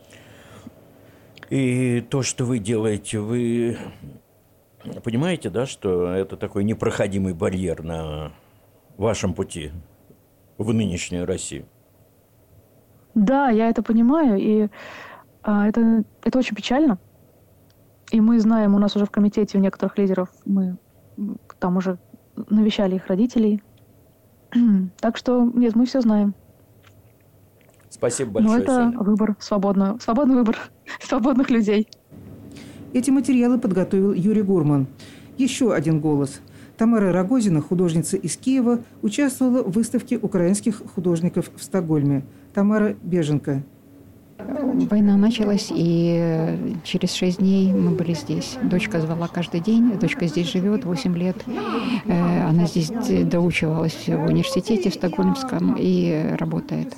И то, что вы делаете, вы понимаете, да, что это такой непроходимый барьер на вашем пути в нынешнюю Россию? Да, я это понимаю, и а, это, это очень печально. И мы знаем, у нас уже в комитете у некоторых лидеров, мы там уже навещали их родителей. Так что, нет, мы все знаем. Спасибо большое. Но это Соня. Выбор, свободный, свободный выбор свободных людей. Эти материалы подготовил Юрий Гурман. Еще один голос. Тамара Рогозина, художница из Киева, участвовала в выставке украинских художников в Стокгольме. Тамара – беженка. Война началась, и через шесть дней мы были здесь. Дочка звала каждый день. Дочка здесь живет восемь лет. Она здесь доучивалась в университете в Стокгольмском и работает.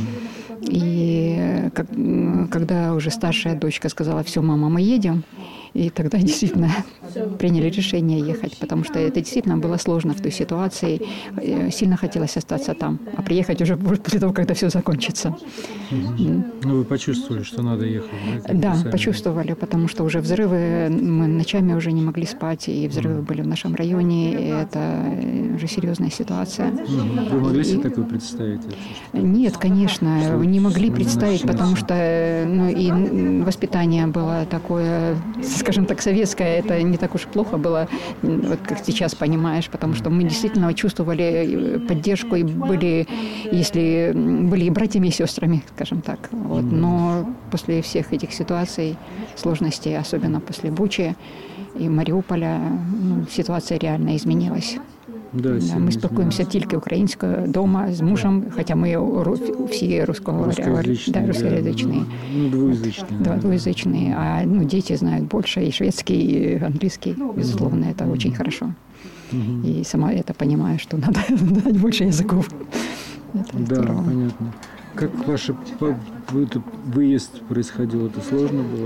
И как, когда уже старшая дочка сказала: все, мама, мы едем, и тогда действительно приняли решение ехать, потому что это действительно было сложно в той ситуации. Сильно хотелось остаться там, а приехать уже после того, когда все закончится. Mm-hmm. Ну, вы почувствовали, что надо ехать? Да, да, почувствовали, потому что уже взрывы, мы ночами уже не могли спать, и взрывы mm-hmm. были в нашем районе, и это уже серьезная ситуация. Mm-hmm. Вы могли себе и... такое представить? Нет, конечно, что не могли представить, потому что ну, и воспитание было такое, скажем так, советское, это не так уж плохо было, вот как сейчас понимаешь, потому что мы действительно чувствовали поддержку и были, если были и братьями, и сестрами, скажем так. Вот. Но после всех этих ситуаций, сложностей, особенно после Бучи и Мариуполя, ну, ситуация реально изменилась. Да, да, мы спілкуємося тільки українською вдома з мужем, хоча ми всі русскоговорящие, да, русскоязычные. Ну, двуязычные. Да, двуязычные. А ну, дети знают больше и шведский, и английский. Безусловно, это mm-hmm. очень хорошо. Mm-hmm. И сама это понимаю, что надо знать больше языков. Это да, здорово. Понятно. Как ваш выезд происходил? Это сложно было?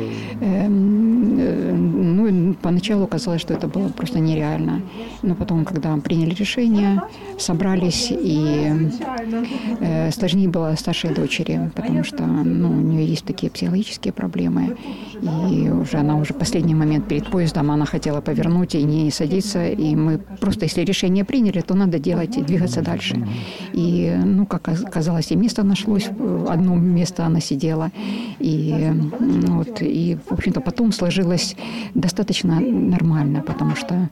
Ну, поначалу казалось, что это было просто нереально. Но потом, когда приняли решение, собрались, и э, сложнее было старшей дочери, потому что ну, у нее есть такие психологические проблемы. И уже она уже в последний момент перед поездом, она хотела повернуть и не садиться. И мы просто, если решение приняли, то надо делать и двигаться дальше. И, ну, как оказалось, и место нашлось. В одно место она сидела. И, вот, и, в общем-то, потом сложилось достаточно нормально, потому что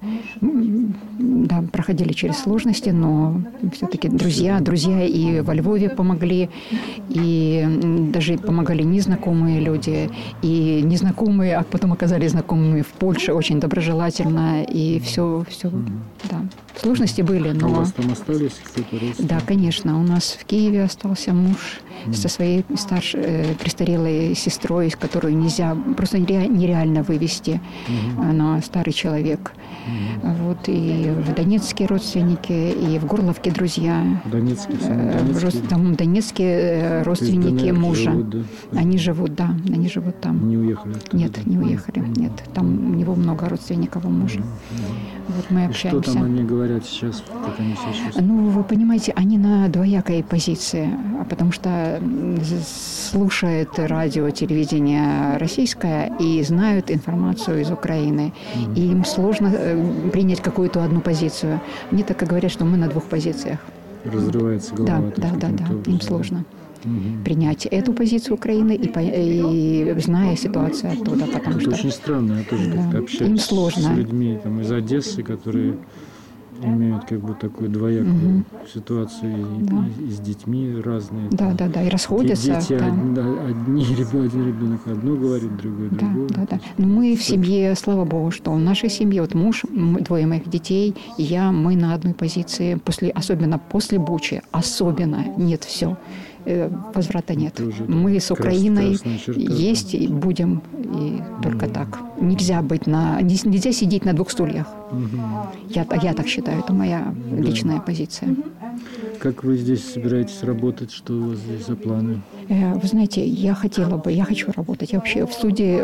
да, проходили через сложности, но все-таки друзья, друзья и во Львове помогли, и даже помогали незнакомые люди, и незнакомые, а потом оказались знакомыми в Польше очень доброжелательно, и все, все, да. Сложности были, но... А у вас там остались кто-то родственники? Да, конечно. У нас в Киеве остался муж mm. со своей старшей, э, престарелой сестрой, которую нельзя, просто нереально вывести. Mm-hmm. Она старый человек. Mm-hmm. Вот, и в Донецке родственники, и в Горловке друзья. В Донецке? Э, в, там в Донецке родственники мужа. Живут, да? Они живут, да, они живут там. Не уехали оттуда? Нет, не уехали, mm-hmm. нет. Там у него много родственников у мужа. Mm-hmm. Вот мы общаемся. И что там они говорят сейчас, как они себя чувствуют? Ну, вы понимаете, они на двоякой позиции, потому что слушают радио, телевидение российское и знают информацию из Украины. Mm-hmm. И им сложно принять какую-то одну позицию. Они так и говорят, что мы на двух позициях. Разрывается голова. Да, да, да, да. Образом. Им сложно. Угу. Принять эту позицию Украины и, и зная ситуацию оттуда, потому это что... очень странно, я тоже да, как-то общаюсь им сложно. с людьми там, из Одессы, которые имеют как бы такую двоякую угу. ситуацию, и, да. и, и с детьми разные. Да, там. да, да, и расходятся. Дети да. одни, один ребенок одно говорит, другой да, другое. Да, да. Но мы в семье, слава богу, что в нашей семье, вот муж, двое моих детей, и я, мы на одной позиции, после, особенно после Бучи, особенно, нет, все. Возврата нет. Мы с Украиной есть и будем, и только так. Нельзя быть на, нельзя сидеть на двух стульях. Угу. Я, я так считаю, это моя да. личная позиция. Как вы здесь собираетесь работать? Что у вас здесь за планы? Вы знаете, я хотела бы, я хочу работать. Я вообще в студии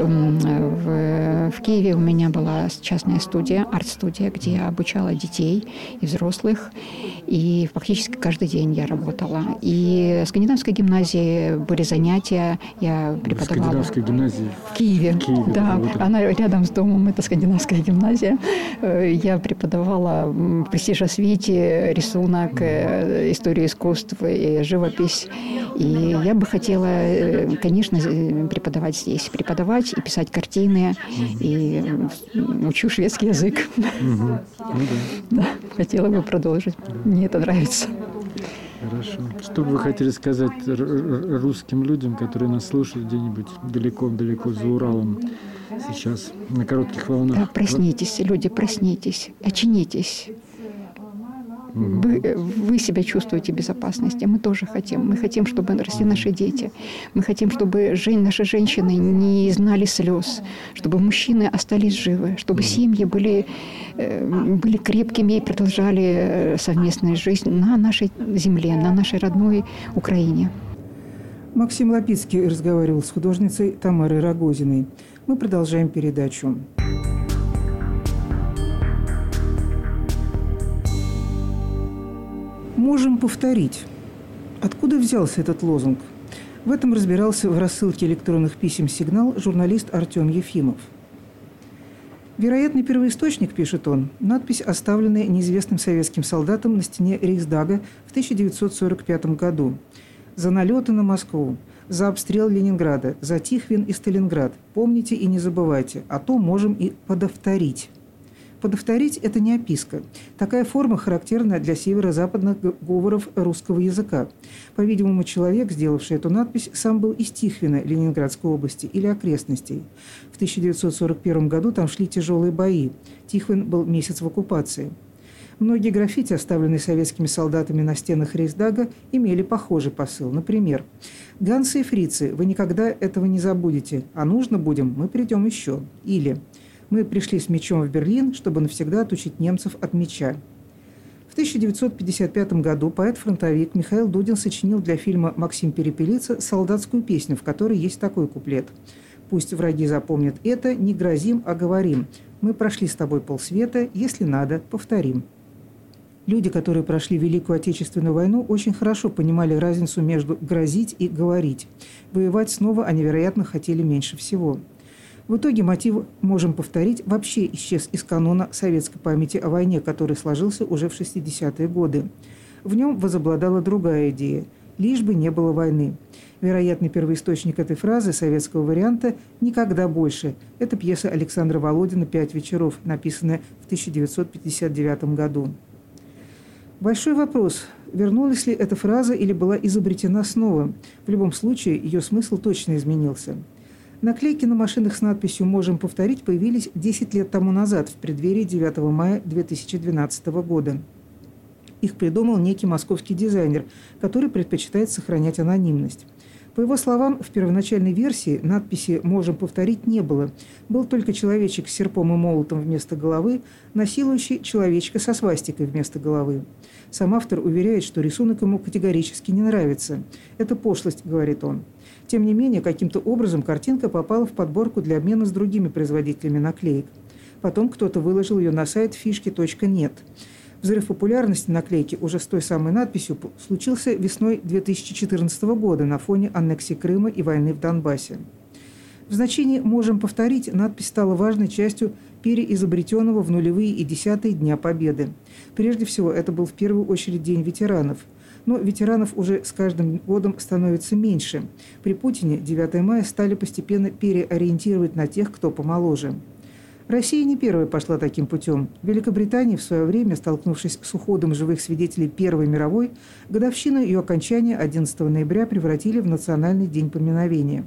в, в Киеве у меня была частная студия, арт-студия, где я обучала детей и взрослых. И практически каждый день я работала. И в Скандинавской гимназии были занятия, я преподавала. В Скандинавской гимназии? В Киеве, в Киеве да. да. Она рядом с домом, это Скандинавская гимназия. Я преподавала в престиж-освите, рисунок, историю искусств и живопись. И я бы хотела, конечно, преподавать здесь. Преподавать и писать картины. И учу шведский язык. Угу. Ну, да. Да, хотела бы продолжить. Мне это нравится. Хорошо. Что бы вы хотели сказать русским людям, которые нас слушают где-нибудь далеко-далеко за Уралом сейчас, на коротких волнах? Да, проснитесь, люди, проснитесь, очнитесь. вы, вы себя чувствуете в безопасности. Мы тоже хотим. Мы хотим, чтобы росли наши дети. Мы хотим, чтобы жен, наши женщины не знали слез, чтобы мужчины остались живы, чтобы семьи были, были крепкими и продолжали совместную жизнь на нашей земле, на нашей родной Украине. Максим Лапицкий разговаривал с художницей Тамарой Рогозиной. Мы продолжаем передачу. Можем повторить. Откуда взялся этот лозунг? В этом разбирался в рассылке электронных писем «Сигнал» журналист Артем Ефимов. Вероятный первоисточник, пишет он, надпись, оставленная неизвестным советским солдатом на стене Рейхсдага в тысяча девятьсот сорок пятом году. За налеты на Москву, за обстрел Ленинграда, за Тихвин и Сталинград. Помните и не забывайте, а то можем и подовторить. Подовторить – это не описка. Такая форма характерна для северо-западных говоров русского языка. По-видимому, человек, сделавший эту надпись, сам был из Тихвина, Ленинградской области, или окрестностей. В тысяча девятьсот сорок первом году там шли тяжелые бои. Тихвин был месяц в оккупации. Многие граффити, оставленные советскими солдатами на стенах Рейхсдага, имели похожий посыл. Например, «Гансы и фрицы, вы никогда этого не забудете, а нужно будем, мы придем еще». Или «Мы пришли с мечом в Берлин, чтобы навсегда отучить немцев от меча». В тысяча девятьсот пятьдесят пятом году поэт-фронтовик Михаил Дудин сочинил для фильма «Максим Перепелица» солдатскую песню, в которой есть такой куплет. «Пусть враги запомнят это, не грозим, а говорим. Мы прошли с тобой полсвета, если надо, повторим». Люди, которые прошли Великую Отечественную войну, очень хорошо понимали разницу между «грозить» и «говорить». Воевать снова они, вероятно, хотели меньше всего. В итоге мотив «можем повторить» вообще исчез из канона советской памяти о войне, который сложился уже в шестидесятые годы. В нем возобладала другая идея – лишь бы не было войны. Вероятный первоисточник этой фразы, советского варианта, «Никогда больше». Это пьеса Александра Володина «Пять вечеров», написанная в тысяча девятьсот пятьдесят девятом году. Большой вопрос – вернулась ли эта фраза или была изобретена снова? В любом случае, ее смысл точно изменился. Наклейки на машинах с надписью «Можем повторить» появились десять лет тому назад, в преддверии девятого мая две тысячи двенадцатого года. Их придумал некий московский дизайнер, который предпочитает сохранять анонимность. По его словам, в первоначальной версии надписи «Можем повторить» не было. Был только человечек с серпом и молотом вместо головы, насилующий человечка со свастикой вместо головы. Сам автор уверяет, что рисунок ему категорически не нравится. «Это пошлость», — говорит он. Тем не менее, каким-то образом картинка попала в подборку для обмена с другими производителями наклеек. Потом кто-то выложил ее на сайт фишки точка нет. Взрыв популярности наклейки уже с той самой надписью случился весной две тысячи четырнадцатого года на фоне аннексии Крыма и войны в Донбассе. В значении «можем повторить» надпись стала важной частью переизобретенного в нулевые и десятые Дня Победы. Прежде всего, это был в первую очередь День ветеранов. Но ветеранов уже с каждым годом становится меньше. При Путине девятого мая стали постепенно переориентировать на тех, кто помоложе. Россия не первая пошла таким путем. В Великобритании в свое время, столкнувшись с уходом живых свидетелей Первой мировой, годовщину ее окончания одиннадцатого ноября превратили в Национальный день поминовения.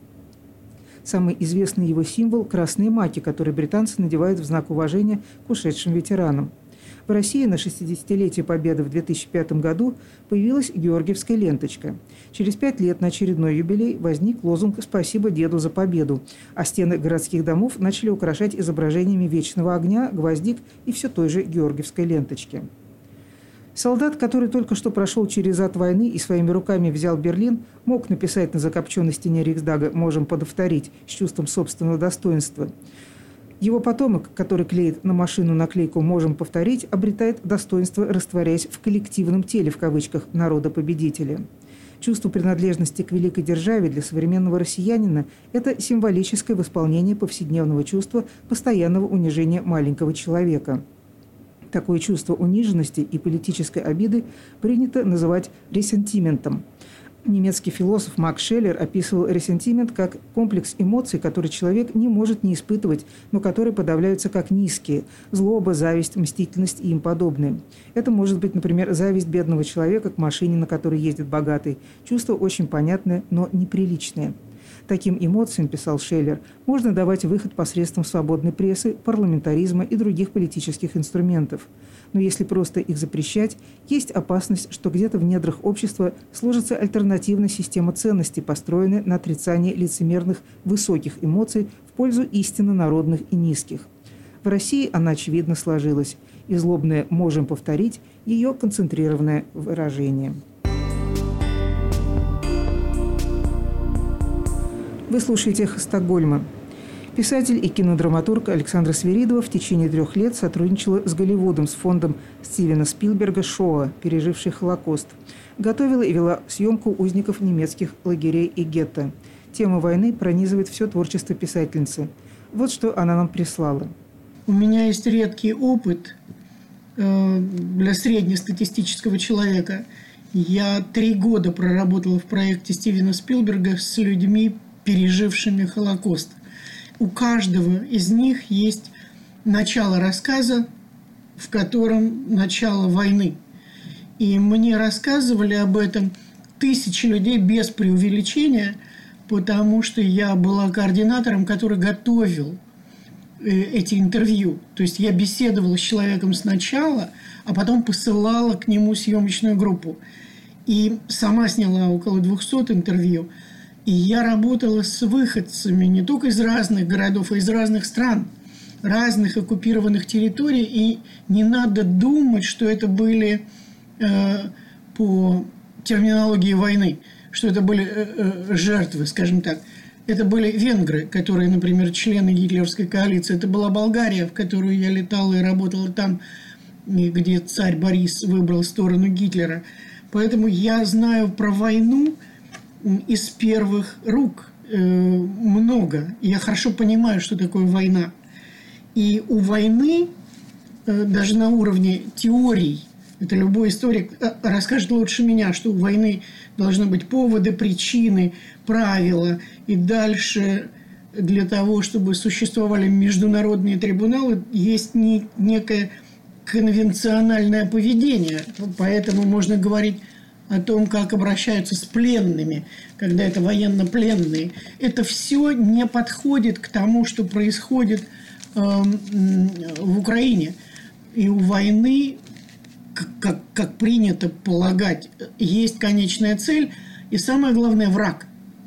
Самый известный его символ – красные маки, которые британцы надевают в знак уважения к ушедшим ветеранам. В России на шестидесятилетие Победы в две тысячи пятом году появилась георгиевская ленточка. Через пять лет на очередной юбилей возник лозунг «Спасибо деду за победу», а стены городских домов начали украшать изображениями вечного огня, гвоздик и все той же георгиевской ленточки. Солдат, который только что прошел через ад войны и своими руками взял Берлин, мог написать на закопченной стене Рейхсдага «Можем подовторить» с чувством собственного достоинства. Его потомок, который клеит на машину наклейку «Можем повторить», обретает достоинство, растворяясь в коллективном теле, в кавычках, народа-победителя. Чувство принадлежности к великой державе для современного россиянина – это символическое восполнение повседневного чувства постоянного унижения маленького человека. Такое чувство униженности и политической обиды принято называть ресентиментом. Немецкий философ Макс Шеллер описывал ресентимент как комплекс эмоций, который человек не может не испытывать, но которые подавляются как низкие – злоба, зависть, мстительность и им подобные. Это может быть, например, зависть бедного человека к машине, на которой ездит богатый. Чувство очень понятное, но неприличное. Таким эмоциям, писал Шеллер, можно давать выход посредством свободной прессы, парламентаризма и других политических инструментов. Но если просто их запрещать, есть опасность, что где-то в недрах общества сложится альтернативная система ценностей, построенная на отрицании лицемерных высоких эмоций в пользу истинно народных и низких. В России она, очевидно, сложилась, и злобное «можем повторить» – ее концентрированное выражение. Вы слушаете «Эхо Стокгольма». Писатель и кинодраматург Александра Свиридова в течение трех лет сотрудничала с Голливудом, с фондом Стивена Спилберга «Шоа», переживший Холокост. Готовила и вела съемку узников немецких лагерей и гетто. Тема войны пронизывает все творчество писательницы. Вот что она нам прислала. У меня есть редкий опыт э, для среднестатистического человека. Я три года проработала в проекте Стивена Спилберга с людьми, пережившими Холокост. У каждого из них есть начало рассказа, в котором начало войны. И мне рассказывали об этом тысячи людей без преувеличения, потому что я была координатором, который готовил эти интервью. То есть я беседовала с человеком сначала, а потом посылала к нему съемочную группу. И сама сняла около двухсот интервью. И я работала с выходцами не только из разных городов, а из разных стран, разных оккупированных территорий. И не надо думать, что это были э, по терминологии войны, что это были э, э, жертвы, скажем так. Это были венгры, которые, например, члены гитлеровской коалиции. Это была Болгария, в которую я летала и работала там, где царь Борис выбрал сторону Гитлера. Поэтому я знаю про войну из первых рук э, много. Я хорошо понимаю, что такое война. И у войны, э, даже на уровне теорий, это любой историк расскажет лучше меня, что у войны должны быть поводы, причины, правила. И дальше для того, чтобы существовали международные трибуналы, есть не, некое конвенциональное поведение. Поэтому можно говорить о том, как обращаются с пленными, когда это военнопленные. Это все не подходит к тому, что происходит э, в Украине. И у войны, как, как принято полагать, есть конечная цель и, самое главное, враг.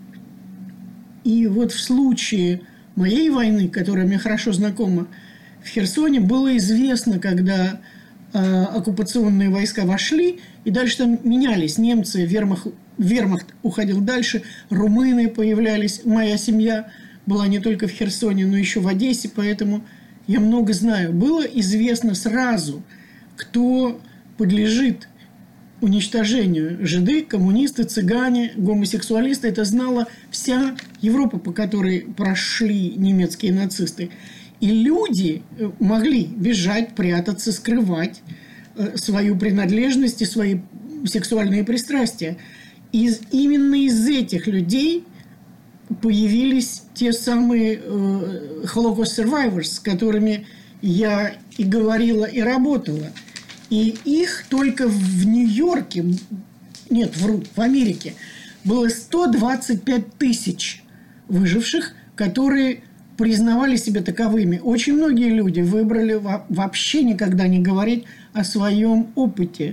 И вот в случае моей войны, которая мне хорошо знакома, в Херсоне было известно, когда э, оккупационные войска вошли, и дальше там менялись немцы, вермахт, вермахт уходил дальше, румыны появлялись. Моя семья была не только в Херсоне, но еще в Одессе, поэтому я много знаю. Было известно сразу, кто подлежит уничтожению. Жиды, коммунисты, цыгане, гомосексуалисты. Это знала вся Европа, по которой прошли немецкие нацисты. И люди могли бежать, прятаться, скрывать свою принадлежность и свои сексуальные пристрастия. И именно из этих людей появились те самые э, Holocaust survivors, с которыми я и говорила, и работала. И их только в Нью-Йорке, нет, вру, в Америке, было сто двадцать пять тысяч выживших, которые признавали себя таковыми. Очень многие люди выбрали вообще никогда не говорить о своем опыте,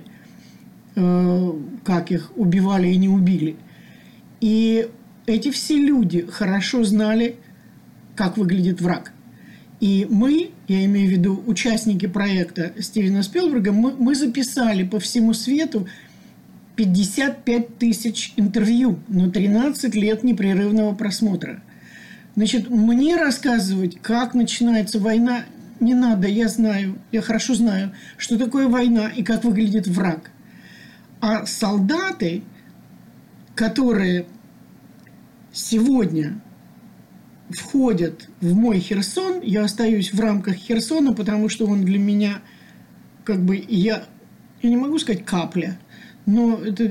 как их убивали и не убили. И эти все люди хорошо знали, как выглядит враг. И мы, я имею в виду участники проекта Стивена Спилберга, мы, мы записали по всему свету пятьдесят пять тысяч интервью, но тринадцать лет непрерывного просмотра. Значит, мне рассказывать, как начинается война, не надо. Я знаю, я хорошо знаю, что такое война и как выглядит враг. А солдаты, которые сегодня входят в мой Херсон, я остаюсь в рамках Херсона, потому что он для меня, как бы, я, я не могу сказать капля, но это,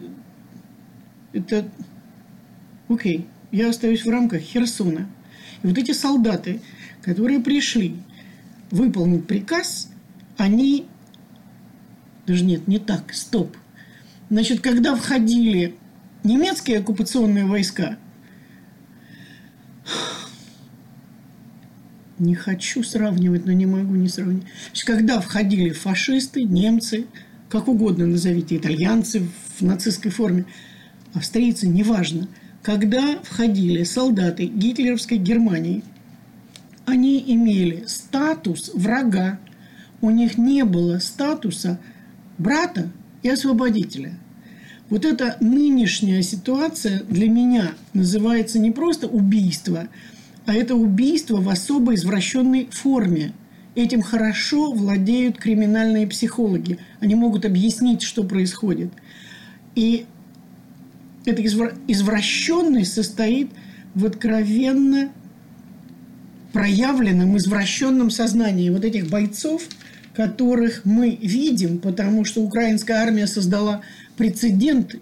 это, окей, я остаюсь в рамках Херсона. И вот эти солдаты, которые пришли выполнить приказ, они, даже нет, не так, стоп. Значит, когда входили немецкие оккупационные войска, не хочу сравнивать, но не могу не сравнивать. Когда входили фашисты, немцы, как угодно назовите, итальянцы в нацистской форме, австрийцы, неважно, когда входили солдаты гитлеровской Германии, они имели статус врага, у них не было статуса брата и освободителя. Вот эта нынешняя ситуация для меня называется не просто убийство, а это убийство в особо извращенной форме. Этим хорошо владеют криминальные психологи. Они могут объяснить, что происходит. И эта извращенность состоит в откровенно проявленном извращенном сознании вот этих бойцов, которых мы видим, потому что украинская армия создала прецедент.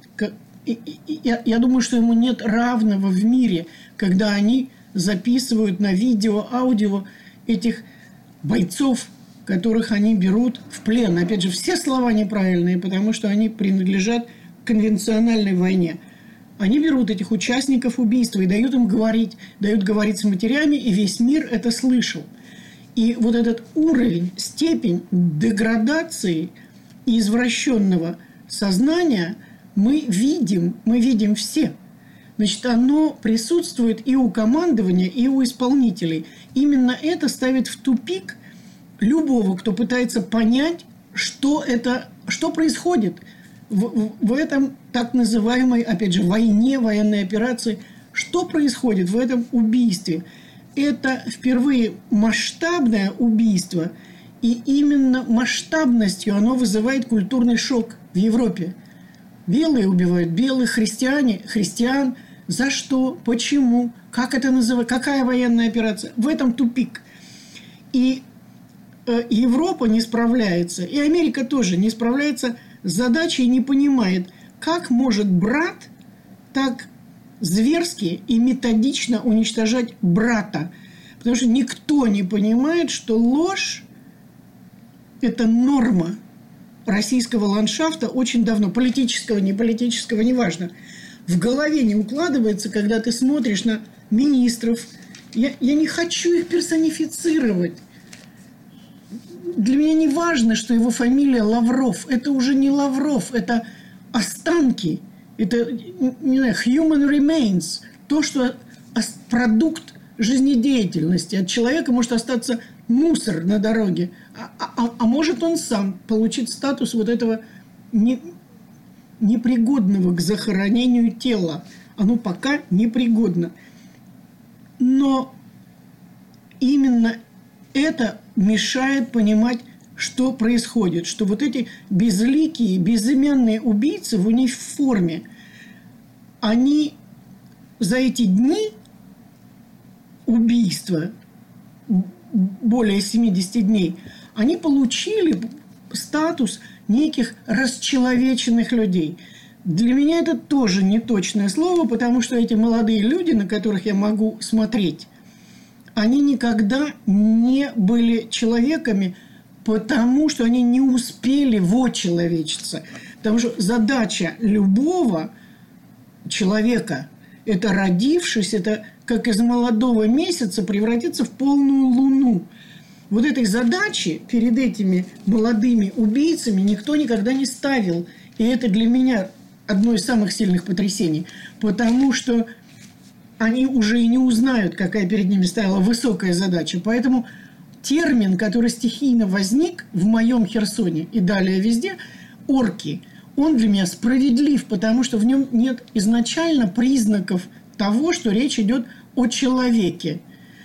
Я думаю, что ему нет равного в мире, когда они записывают на видео, аудио этих бойцов, которых они берут в плен. Опять же, все слова неправильные, потому что они принадлежат к конвенциональной войне. Они берут этих участников убийства и дают им говорить, дают говорить с матерями, и весь мир это слышал. И вот этот уровень, степень деградации и извращенного сознания мы видим, мы видим все. Значит, оно присутствует и у командования, и у исполнителей. Именно это ставит в тупик любого, кто пытается понять, что это, что происходит в, в этом так называемой, опять же, войне, военной операции. Что происходит в этом убийстве? Это впервые масштабное убийство, и именно масштабностью оно вызывает культурный шок в Европе. Белые убивают белых, христиане, христиан. За что? Почему? Как это называют? Какая военная операция? В этом тупик. И э, Европа не справляется, и Америка тоже не справляется с задачей, не понимает, как может брат так зверски и методично уничтожать брата. Потому что никто не понимает, что ложь – это норма российского ландшафта очень давно. Политического, не политического, неважно. В голове не укладывается, когда ты смотришь на министров. Я, я не хочу их персонифицировать. Для меня не важно, что его фамилия Лавров. Это уже не Лавров, это останки. Это, не знаю, human remains. То, что продукт жизнедеятельности. От человека может остаться мусор на дороге. А, а, а может он сам получить статус вот этого не, непригодного к захоронению тела. Оно пока непригодно. Но именно это мешает понимать, что происходит. Что вот эти безликие, безымянные убийцы в униформе, они за эти дни убийства, более семьдесят дней, они получили статус неких расчеловеченных людей. Для меня это тоже неточное слово, потому что эти молодые люди, на которых я могу смотреть, они никогда не были человеками, потому что они не успели вочеловечиться. Потому что задача любого человека – это, родившись, это как из молодого месяца превратиться в полную луну. Вот этой задачи перед этими молодыми убийцами никто никогда не ставил. И это для меня одно из самых сильных потрясений. Потому что они уже и не узнают, какая перед ними стояла высокая задача. Поэтому термин, который стихийно возник в моем Херсоне и далее везде, орки, он для меня справедлив, потому что в нем нет изначально признаков того, что речь идет о человеке.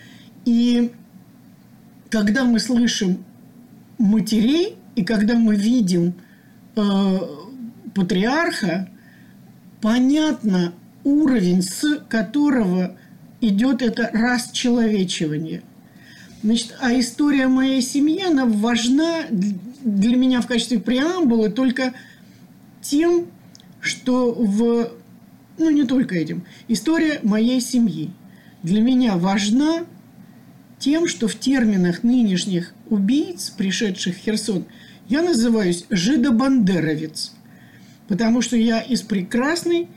И когда мы слышим матерей, и когда мы видим э, патриарха, понятно уровень, с которого идет это расчеловечивание. Значит, а история моей семьи, она важна для меня в качестве преамбулы только тем, что в... Ну, не только этим. История моей семьи для меня важна тем, что в терминах нынешних убийц, пришедших в Херсон, я называюсь жидобандеровец. Потому что я из прекрасной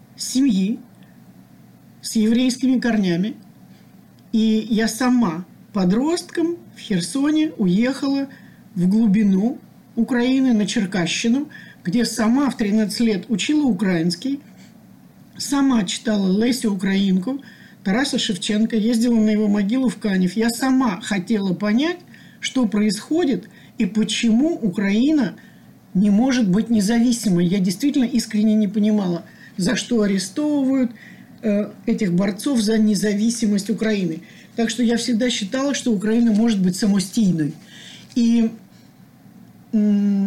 семьи с еврейскими корнями. И я сама подростком в Херсоне уехала в глубину Украины, на Черкащину, где сама в тринадцать лет учила украинский, сама читала Лесю Украинку, Тараса Шевченко, ездила на его могилу в Канев. Я сама хотела понять, что происходит и почему Украина не может быть независимой. Я действительно искренне не понимала, за что арестовывают э, этих борцов за независимость Украины. Так что я всегда считала, что Украина может быть самостийной. И э,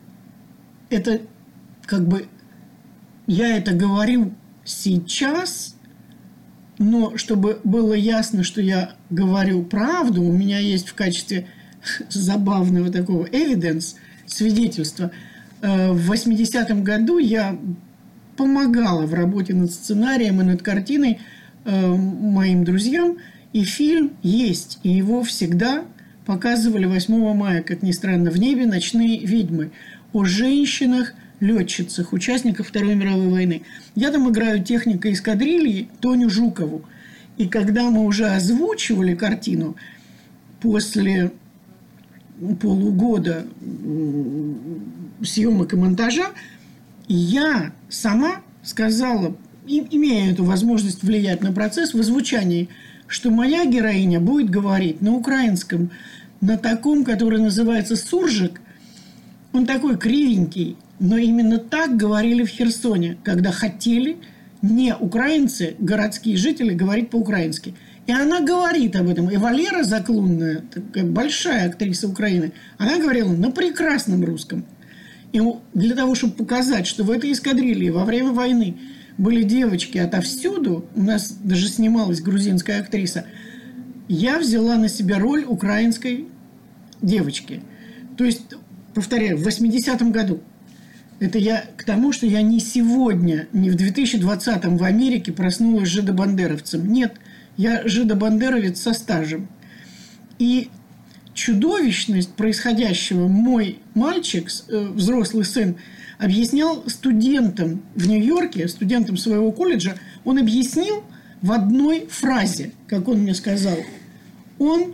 это как бы я это говорю сейчас, но чтобы было ясно, что я говорю правду, у меня есть в качестве забавного такого evidence, свидетельства. В восьмидесятом году я помогала в работе над сценарием и над картиной моим друзьям, и фильм есть, и его всегда показывали восьмого мая, как ни странно, в небе ночные ведьмы, о женщинах-летчицах, участниках Второй мировой войны. Я там играю техника эскадрильи Тоню Жукову. И когда мы уже озвучивали картину после полугода съемок и монтажа, я сама сказала, имея эту возможность влиять на процесс в озвучании, что моя героиня будет говорить на украинском, на таком, который называется суржик. Он такой кривенький, но именно так говорили в Херсоне, когда хотели не украинцы, городские жители, говорить по-украински. И она говорит об этом. И Валера Заклунная, такая большая актриса Украины, она говорила на прекрасном русском. И для того, чтобы показать, что в этой эскадрилье во время войны были девочки отовсюду, у нас даже снималась грузинская актриса, я взяла на себя роль украинской девочки. То есть, повторяю, в восьмидесятом году. Это я к тому, что я не сегодня, не в две тысячи двадцатом в Америке проснулась жидобандеровцем. Нет, я жидобандеровец со стажем. И чудовищность происходящего мой мальчик, взрослый сын, объяснял студентам в Нью-Йорке, студентам своего колледжа, он объяснил в одной фразе, как он мне сказал. Он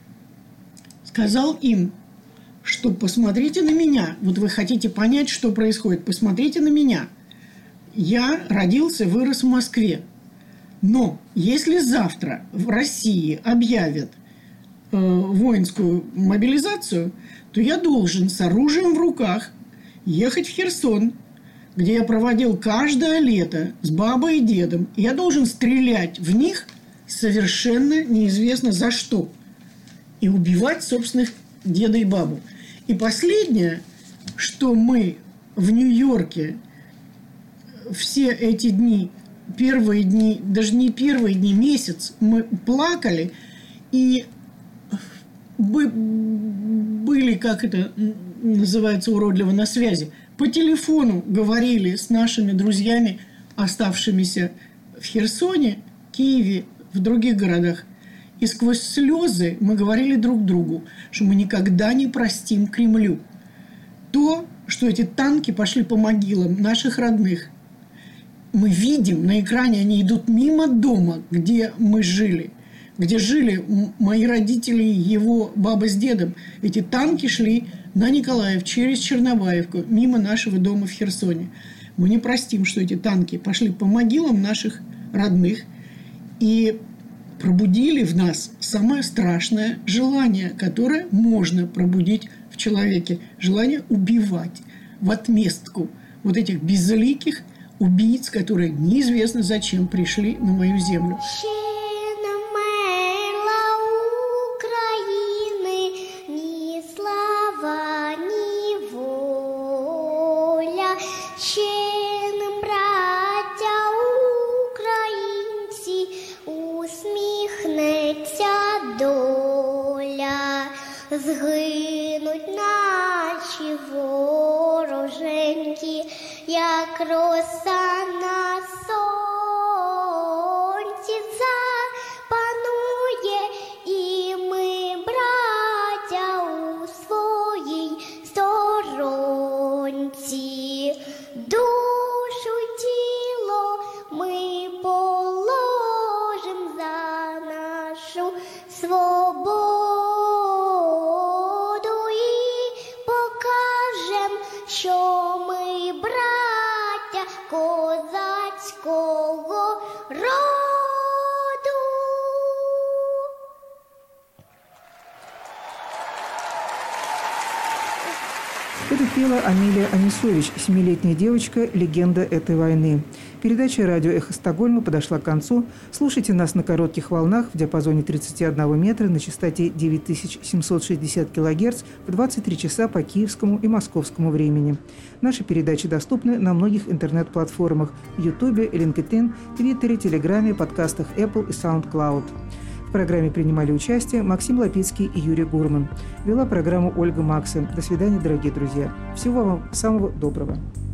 сказал им, что посмотрите на меня. Вот вы хотите понять, что происходит. Посмотрите на меня. Я родился, вырос в Москве. Но если завтра в России объявят э, воинскую мобилизацию, то я должен с оружием в руках ехать в Херсон, где я проводил каждое лето с бабой и дедом. И я должен стрелять в них совершенно неизвестно за что. И убивать собственных деда и бабу. И последнее, что мы в Нью-Йорке все эти дни, первые дни, даже не первые дни, месяц, мы плакали и были, как это называется уродливо, на связи. По телефону говорили с нашими друзьями, оставшимися в Херсоне, Киеве, в других городах. И сквозь слезы мы говорили друг другу, что мы никогда не простим Кремлю то, что эти танки пошли по могилам наших родных. Мы видим на экране, они идут мимо дома, где мы жили, где жили мои родители, его баба с дедом. Эти танки шли на Николаев через Чернобаевку, мимо нашего дома в Херсоне. Мы не простим, что эти танки пошли по могилам наших родных и пробудили в нас самое страшное желание, которое можно пробудить в человеке. Желание убивать в отместку вот этих безликих убийц, которые неизвестно зачем пришли на мою землю. Згинуть наші вороженьки, як роса на сонці запанує, і ми, браття, у своїй сторонці. Душу, тіло ми положим за нашу свободу. Это пела Амелия Анисович, семилетняя девочка, легенда этой войны. Передача «Радио Эхо Стокгольма» подошла к концу. Слушайте нас на коротких волнах в диапазоне тридцать один метра на частоте девять тысяч семьсот шестьдесят килогерц в двадцать три часа по киевскому и московскому времени. Наши передачи доступны на многих интернет-платформах – в Ютубе, LinkedIn, Твиттере, Телеграме, подкастах Apple и SoundCloud. В программе принимали участие Максим Лапицкий и Юрий Гурман. Вела программу Ольга Макса. До свидания, дорогие друзья. Всего вам самого доброго.